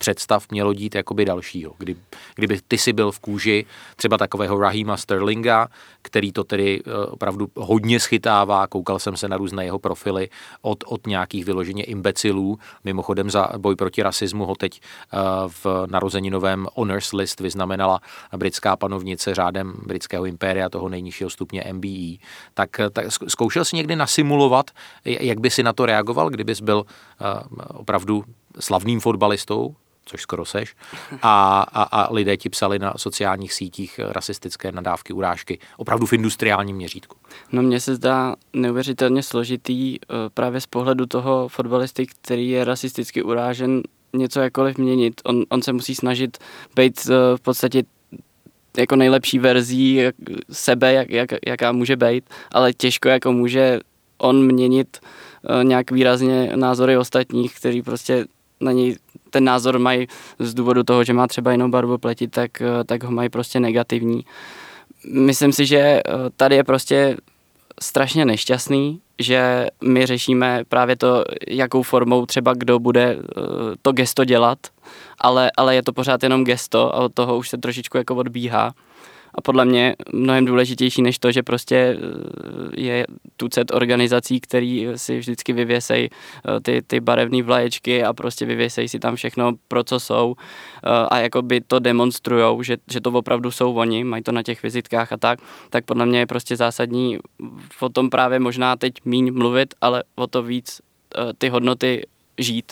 [SPEAKER 3] představ mělo dít jakoby dalšího. Kdy, kdyby ty si byl v kůži třeba takového Raheema Sterlinga, který to tedy opravdu hodně schytává, koukal jsem se na různé jeho profily od, od nějakých vyloženě imbecilů. Mimochodem za boj proti rasismu ho teď v narozeninovém honors list vyznamenala britská panovnice řádem britského impéria, toho nejnižšího stupně M B E. Tak, tak zkoušel jsi někdy nasimulovat, jak by si na to reagoval, kdybys byl opravdu slavným fotbalistou, což skoro seš, a, a, a lidé ti psali na sociálních sítích rasistické nadávky, urážky, opravdu v industriálním měřítku.
[SPEAKER 6] No mně se zdá neuvěřitelně složitý právě z pohledu toho fotbalisty, který je rasisticky urážen, něco jakkoliv měnit. On, on se musí snažit být v podstatě jako nejlepší verzí sebe, jak, jak, jaká může být, ale těžko jako může on měnit nějak výrazně názory ostatních, kteří prostě na něj ten názor mají z důvodu toho, že má třeba jinou barvu pleti, tak, tak ho mají prostě negativní. Myslím si, že tady je prostě strašně nešťastný, že my řešíme právě to, jakou formou třeba kdo bude to gesto dělat, ale, ale je to pořád jenom gesto a od toho už se trošičku jako odbíhá. A podle mě mnohem důležitější než to, že prostě je tucet organizací, který si vždycky vyvěsej ty, ty barevné vlaječky a prostě vyvěsej si tam všechno, pro co jsou a jakoby to demonstrujou, že, že to opravdu jsou oni, mají to na těch vizitkách a tak, tak podle mě je prostě zásadní o tom právě možná teď míň mluvit, ale o to víc ty hodnoty žít.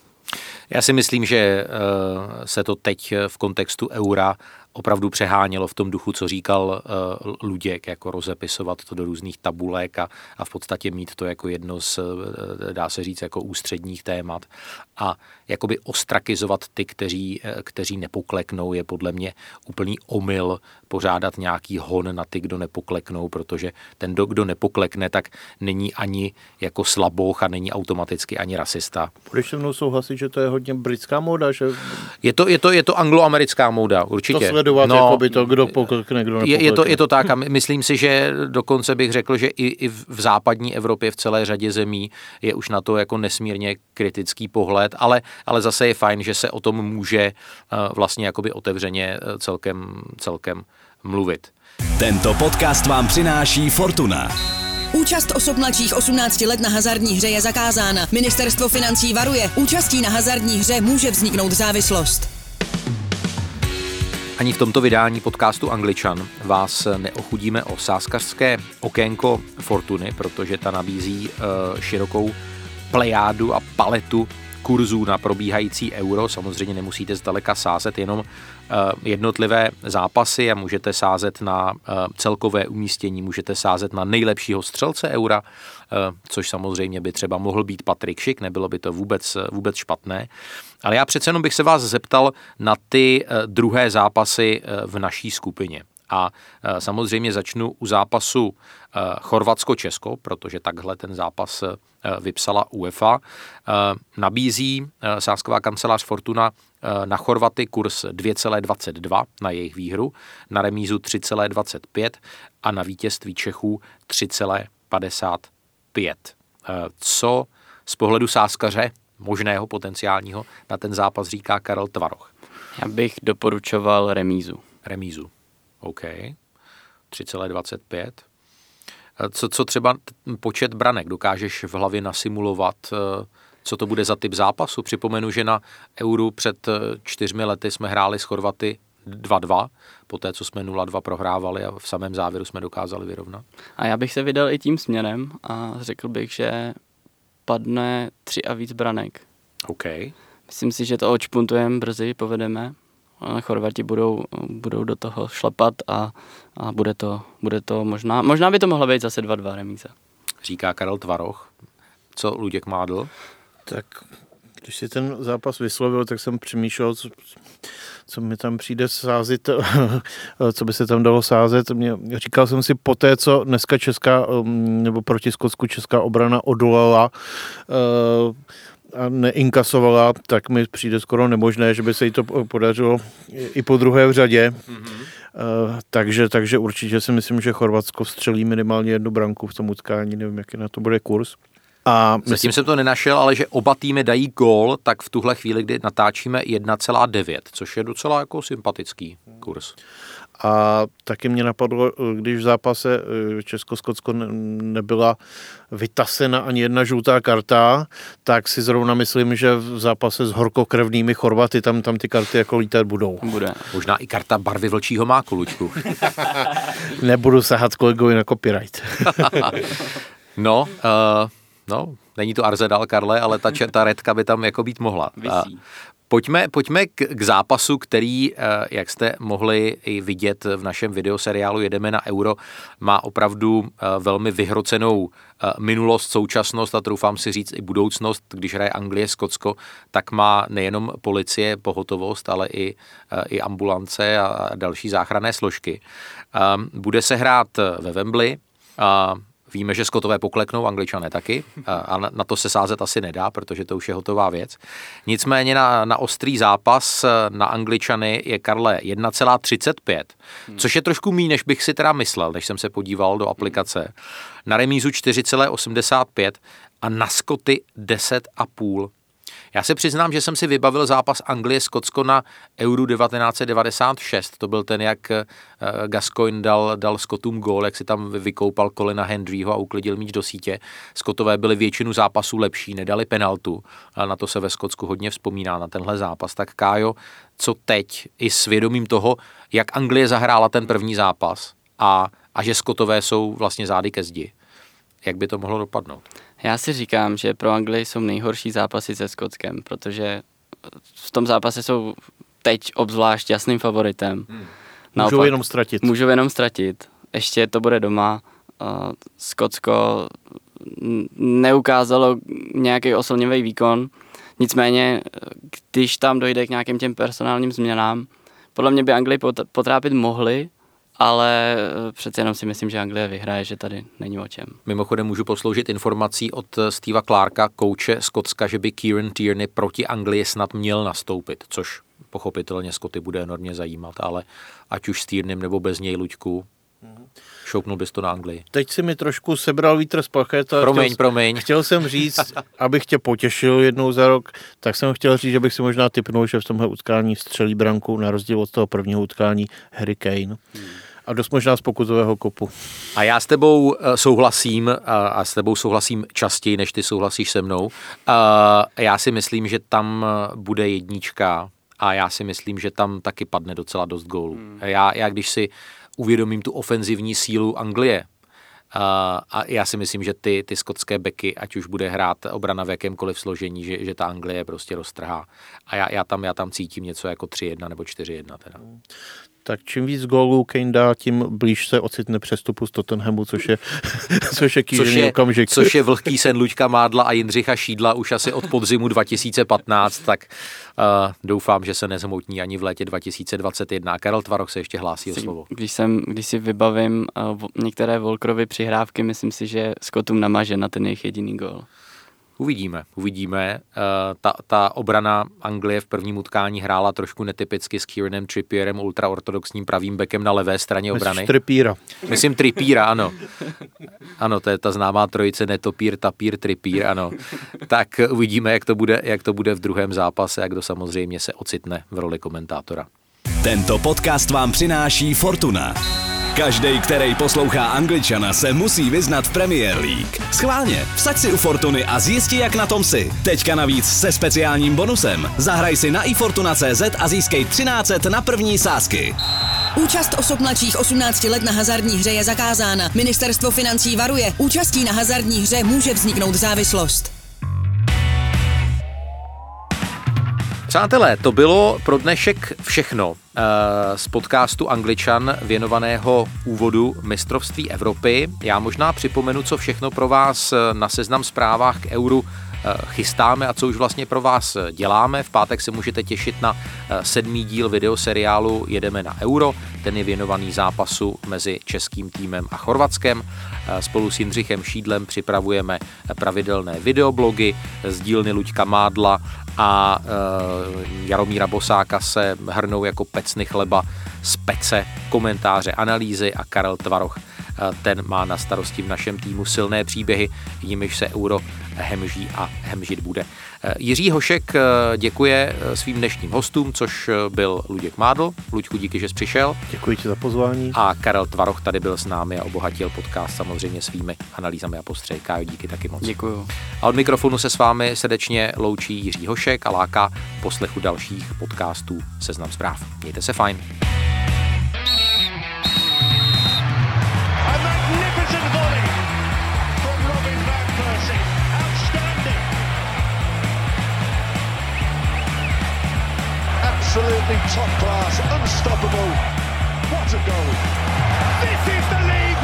[SPEAKER 3] Já si myslím, že se to teď v kontextu eura opravdu přehánělo v tom duchu, co říkal uh, Luděk, jako rozepisovat to do různých tabulek a, a v podstatě mít to jako jedno z, dá se říct, jako ústředních témat a jakoby ostrakizovat ty, kteří, kteří nepokleknou, je podle mě úplný omyl pořádat nějaký hon na ty, kdo nepokleknou, protože ten, kdo nepoklekne, tak není ani jako slaboch a není automaticky ani rasista.
[SPEAKER 5] Budeš se mnou souhlasit, že to je hodně britská móda? Že...
[SPEAKER 3] Je to, je to, je to angloamerická móda, určitě.
[SPEAKER 5] To sledovat, no, jako by to, kdo poklekne, kdo nepoklekne.
[SPEAKER 3] Je, je, to, je to tak a myslím si, že dokonce bych řekl, že i, i v západní Evropě, v celé řadě zemí je už na to jako nesmírně kritický pohled, ale, ale zase je fajn, že se o tom může vlastně jakoby otevřeně celkem, celkem mluvit.
[SPEAKER 1] Tento podcast vám přináší Fortuna.
[SPEAKER 2] Účast osob mladších osmnácti let na hazardní hře je zakázána. Ministerstvo financí varuje. Účastí na hazardní hře může vzniknout závislost.
[SPEAKER 3] Ani v tomto vydání podcastu Angličan vás neochudíme o sázkařské okénko Fortuny, protože ta nabízí uh, širokou plejádu a paletu kurzů na probíhající euro. Samozřejmě nemusíte zdaleka sázet jenom uh, jednotlivé zápasy a můžete sázet na uh, celkové umístění, můžete sázet na nejlepšího střelce eura, uh, což samozřejmě by třeba mohl být Patrik Schick, nebylo by to vůbec, vůbec špatné. Ale já přece jenom bych se vás zeptal na ty uh, druhé zápasy uh, v naší skupině. A uh, samozřejmě začnu u zápasu uh, Chorvatsko-Česko, protože takhle ten zápas uh, vypsala UEFA. Uh, nabízí uh, sázková kancelář Fortuna uh, na Chorvaty kurz dvě celá dvacet dva na jejich výhru, na remízu tři celá dvacet pět a na vítězství Čechů tři celá padesát pět. Uh, co z pohledu sázkaře, možného potenciálního, na ten zápas říká Karel Tvaroch?
[SPEAKER 6] Já bych doporučoval remízu.
[SPEAKER 3] Remízu. OK. tři celá dvacet pět. Co, co třeba počet branek? Dokážeš v hlavě nasimulovat, co to bude za typ zápasu? Připomenu, že na Euru před čtyřmi lety jsme hráli s Chorvaty dva dva, poté co jsme nula dva prohrávali a v samém závěru jsme dokázali vyrovnat.
[SPEAKER 6] A já bych se vydal i tím směrem a řekl bych, že padne tři a víc branek.
[SPEAKER 3] OK.
[SPEAKER 6] Myslím si, že to odšpuntujeme brzy, povedeme. Chorvati budou, budou do toho šlapat a, a bude, to, bude to možná, možná by to mohlo být zase dva dva remíza.
[SPEAKER 3] Říká Karel Tvaroch. Co Luděk Mádl?
[SPEAKER 5] Tak když si ten zápas vyslovil, tak jsem přemýšlel, co, co mi tam přijde sázet, co by se tam dalo sázet. Mě, říkal jsem si po té, co dneska česká, nebo proti Skotsku česká obrana odolala, a neinkasovala, tak mi přijde skoro nemožné, že by se jí to podařilo i po druhé v řadě. Mm-hmm. Uh, takže, takže určitě si myslím, že Chorvatsko střelí minimálně jednu branku v tom utkání, nevím, jaký na to bude kurz. A
[SPEAKER 3] Zatím myslím... jsem to nenašel, ale že oba týmy dají gól, tak v tuhle chvíli, kdy natáčíme jedna celá devět, což je docela jako sympatický kurz.
[SPEAKER 5] A taky mě napadlo, když v zápase Česko-Skotsko nebyla vytasena ani jedna žlutá karta, tak si zrovna myslím, že v zápase s horkokrevnými Chorvaty tam, tam ty karty jako lítat budou.
[SPEAKER 6] Bude.
[SPEAKER 3] Možná i karta barvy vlčího máku, Luďku.
[SPEAKER 5] Nebudu sahat kolegovi na copyright.
[SPEAKER 3] no, uh, no, není to Arsenal, Karle, ale ta, ta redka by tam jako být mohla.
[SPEAKER 6] Visí.
[SPEAKER 3] Pojďme, pojďme k, k zápasu, který, jak jste mohli i vidět v našem videoseriálu Jedeme na Euro, má opravdu velmi vyhrocenou minulost, současnost a troufám si říct i budoucnost. Když hraje Anglie, Skotsko, tak má nejenom policie, pohotovost, ale i, i ambulance a další záchranné složky. Bude se hrát ve Wembley. Víme, že Skotové pokleknou, Angličané taky a na to se sázet asi nedá, protože to už je hotová věc. Nicméně na, na ostrý zápas na Angličany je, Karle, jedna celá třicet pět, hmm. což je trošku míň, než bych si teda myslel, než jsem se podíval do aplikace. Na remízu čtyři celá osmdesát pět a na Skoty deset celá pět. Já se přiznám, že jsem si vybavil zápas Anglie-Skotsko na Euro devatenáct set devadesát šest. To byl ten, jak Gascoigne dal, dal Skotům gól, jak si tam vykoupal Colina Hendryho a uklidil míč do sítě. Skotové byli většinu zápasů lepší, nedali penaltu, ale na to se ve Skotsku hodně vzpomíná, na tenhle zápas. Tak Kájo, co teď i s vědomím toho, jak Anglie zahrála ten první zápas a, a že Skotové jsou vlastně zády ke zdi. Jak by to mohlo dopadnout?
[SPEAKER 6] Já si říkám, že pro Anglii jsou nejhorší zápasy se Skotskem, protože v tom zápase jsou teď obzvlášť jasným favoritem. Hmm.
[SPEAKER 5] Naopak, můžou jenom ztratit.
[SPEAKER 6] Můžou jenom ztratit. Ještě to bude doma. Uh, Skotsko neukázalo nějaký oslnivý výkon. Nicméně, když tam dojde k nějakým těm personálním změnám, podle mě by Anglii potrápit mohli, ale přece jenom si myslím, že Anglie vyhraje, že tady není o čem.
[SPEAKER 3] Mimochodem můžu posloužit informací od Steva Clarka, kouče Skotska, že by Kieran Tierney proti Anglii snad měl nastoupit, což pochopitelně Skoty bude enormně zajímat, ale ať už s Tierneym nebo bez něj, Luďku, šoupnul bys to na Anglii.
[SPEAKER 5] Teď si mi trošku sebral vítr z plachet.
[SPEAKER 3] Promiň,
[SPEAKER 5] chtěl,
[SPEAKER 3] promiň.
[SPEAKER 5] Chtěl jsem říct, abych tě potěšil jednou za rok, tak jsem chtěl říct, že bych si možná tipnul, že v tomhle utkání střelí branku na rozdíl od toho prvního utkání Harry Kane. Hmm. A dost možná z pokutového kopu.
[SPEAKER 3] A já s tebou souhlasím a s tebou souhlasím častěji, než ty souhlasíš se mnou. Já si myslím, že tam bude jednička a já si myslím, že tam taky padne docela dost gólů. Hmm. Já, já když si uvědomím tu ofenzivní sílu Anglie, a já si myslím, že ty, ty skotské beky, ať už bude hrát obrana v jakémkoliv složení, že, že ta Anglie prostě roztrhá. A já, já, tam, já tam cítím něco jako tři jedna nebo čtyři jedna teda.
[SPEAKER 5] Tak čím víc gólů Kane dá, tím blíž se ocitne přestupu z Tottenhamu, což je, což je kýžený okamžik.
[SPEAKER 3] Což je vlhký sen Luďka Mádla a Jindřicha Šídla už asi od podzimu dva tisíce patnáct, tak uh, doufám, že se nezhmotní ani v létě dva tisíce dvacet jedna. Karel Tvaroch se ještě hlásí o slovo.
[SPEAKER 6] Když, jsem, když si vybavím uh, některé Volkerovy přihrávky, myslím si, že Skotům namaže na ten jejich jediný gól.
[SPEAKER 3] Uvidíme, uvidíme. Uh, ta, ta obrana Anglie v prvním utkání hrála trošku netypicky s Kieranem Trippierem, ultraortodoxním pravým bekem na levé straně obrany.
[SPEAKER 5] Myslím Trippiera.
[SPEAKER 3] Myslím Trippiera, ano. Ano, to je ta známá trojice Netopír, Tapír, Trippier, ano. Tak uvidíme, jak to bude, jak to bude v druhém zápase a kdo samozřejmě se ocitne v roli komentátora.
[SPEAKER 1] Tento podcast vám přináší Fortuna. Každej, který poslouchá Angličana, se musí vyznat v Premier League. Schválně, vsaď si u Fortuny a zjisti, jak na tom si. Teďka navíc se speciálním bonusem. Zahraj si na ifortuna tečka cé zet a získej třináct set na první sázky.
[SPEAKER 2] Účast osob mladších osmnácti let na hazardní hře je zakázána. Ministerstvo financí varuje. Účastí na hazardní hře může vzniknout závislost.
[SPEAKER 3] Přátelé, to bylo pro dnešek všechno z podcastu Angličan věnovaného úvodu mistrovství Evropy. Já možná připomenu, co všechno pro vás na Seznam Zprávách k Euru chystáme a co už vlastně pro vás děláme. V pátek se můžete těšit na sedmý díl videoseriálu Jedeme na Euro. Ten je věnovaný zápasu mezi českým týmem a Chorvatskem. Spolu s Jindřichem Šídlem připravujeme pravidelné videoblogy z dílny Luďka Mádla a Jaromíra Bosáka se hrnou jako pecny chleba z pece, komentáře, analýzy a Karel Tvaroch ten má na starosti v našem týmu silné příběhy, jimiž se Euro hemží a hemžit bude. Jiří Hošek děkuje svým dnešním hostům, což byl Luděk Mádl. Luďku, díky, že jsi přišel.
[SPEAKER 5] Děkuji ti za pozvání.
[SPEAKER 3] A Karel Tvaroch tady byl s námi a obohatil podcast samozřejmě svými analýzami a postřehy. Kájo, díky taky moc.
[SPEAKER 6] Děkuju.
[SPEAKER 3] A od mikrofonu se s vámi srdečně loučí Jiří Hošek a láká poslechu dalších podcastů Seznam zpráv. Mějte se fajn.
[SPEAKER 4] Absolutely top class, unstoppable. What a goal. This is the league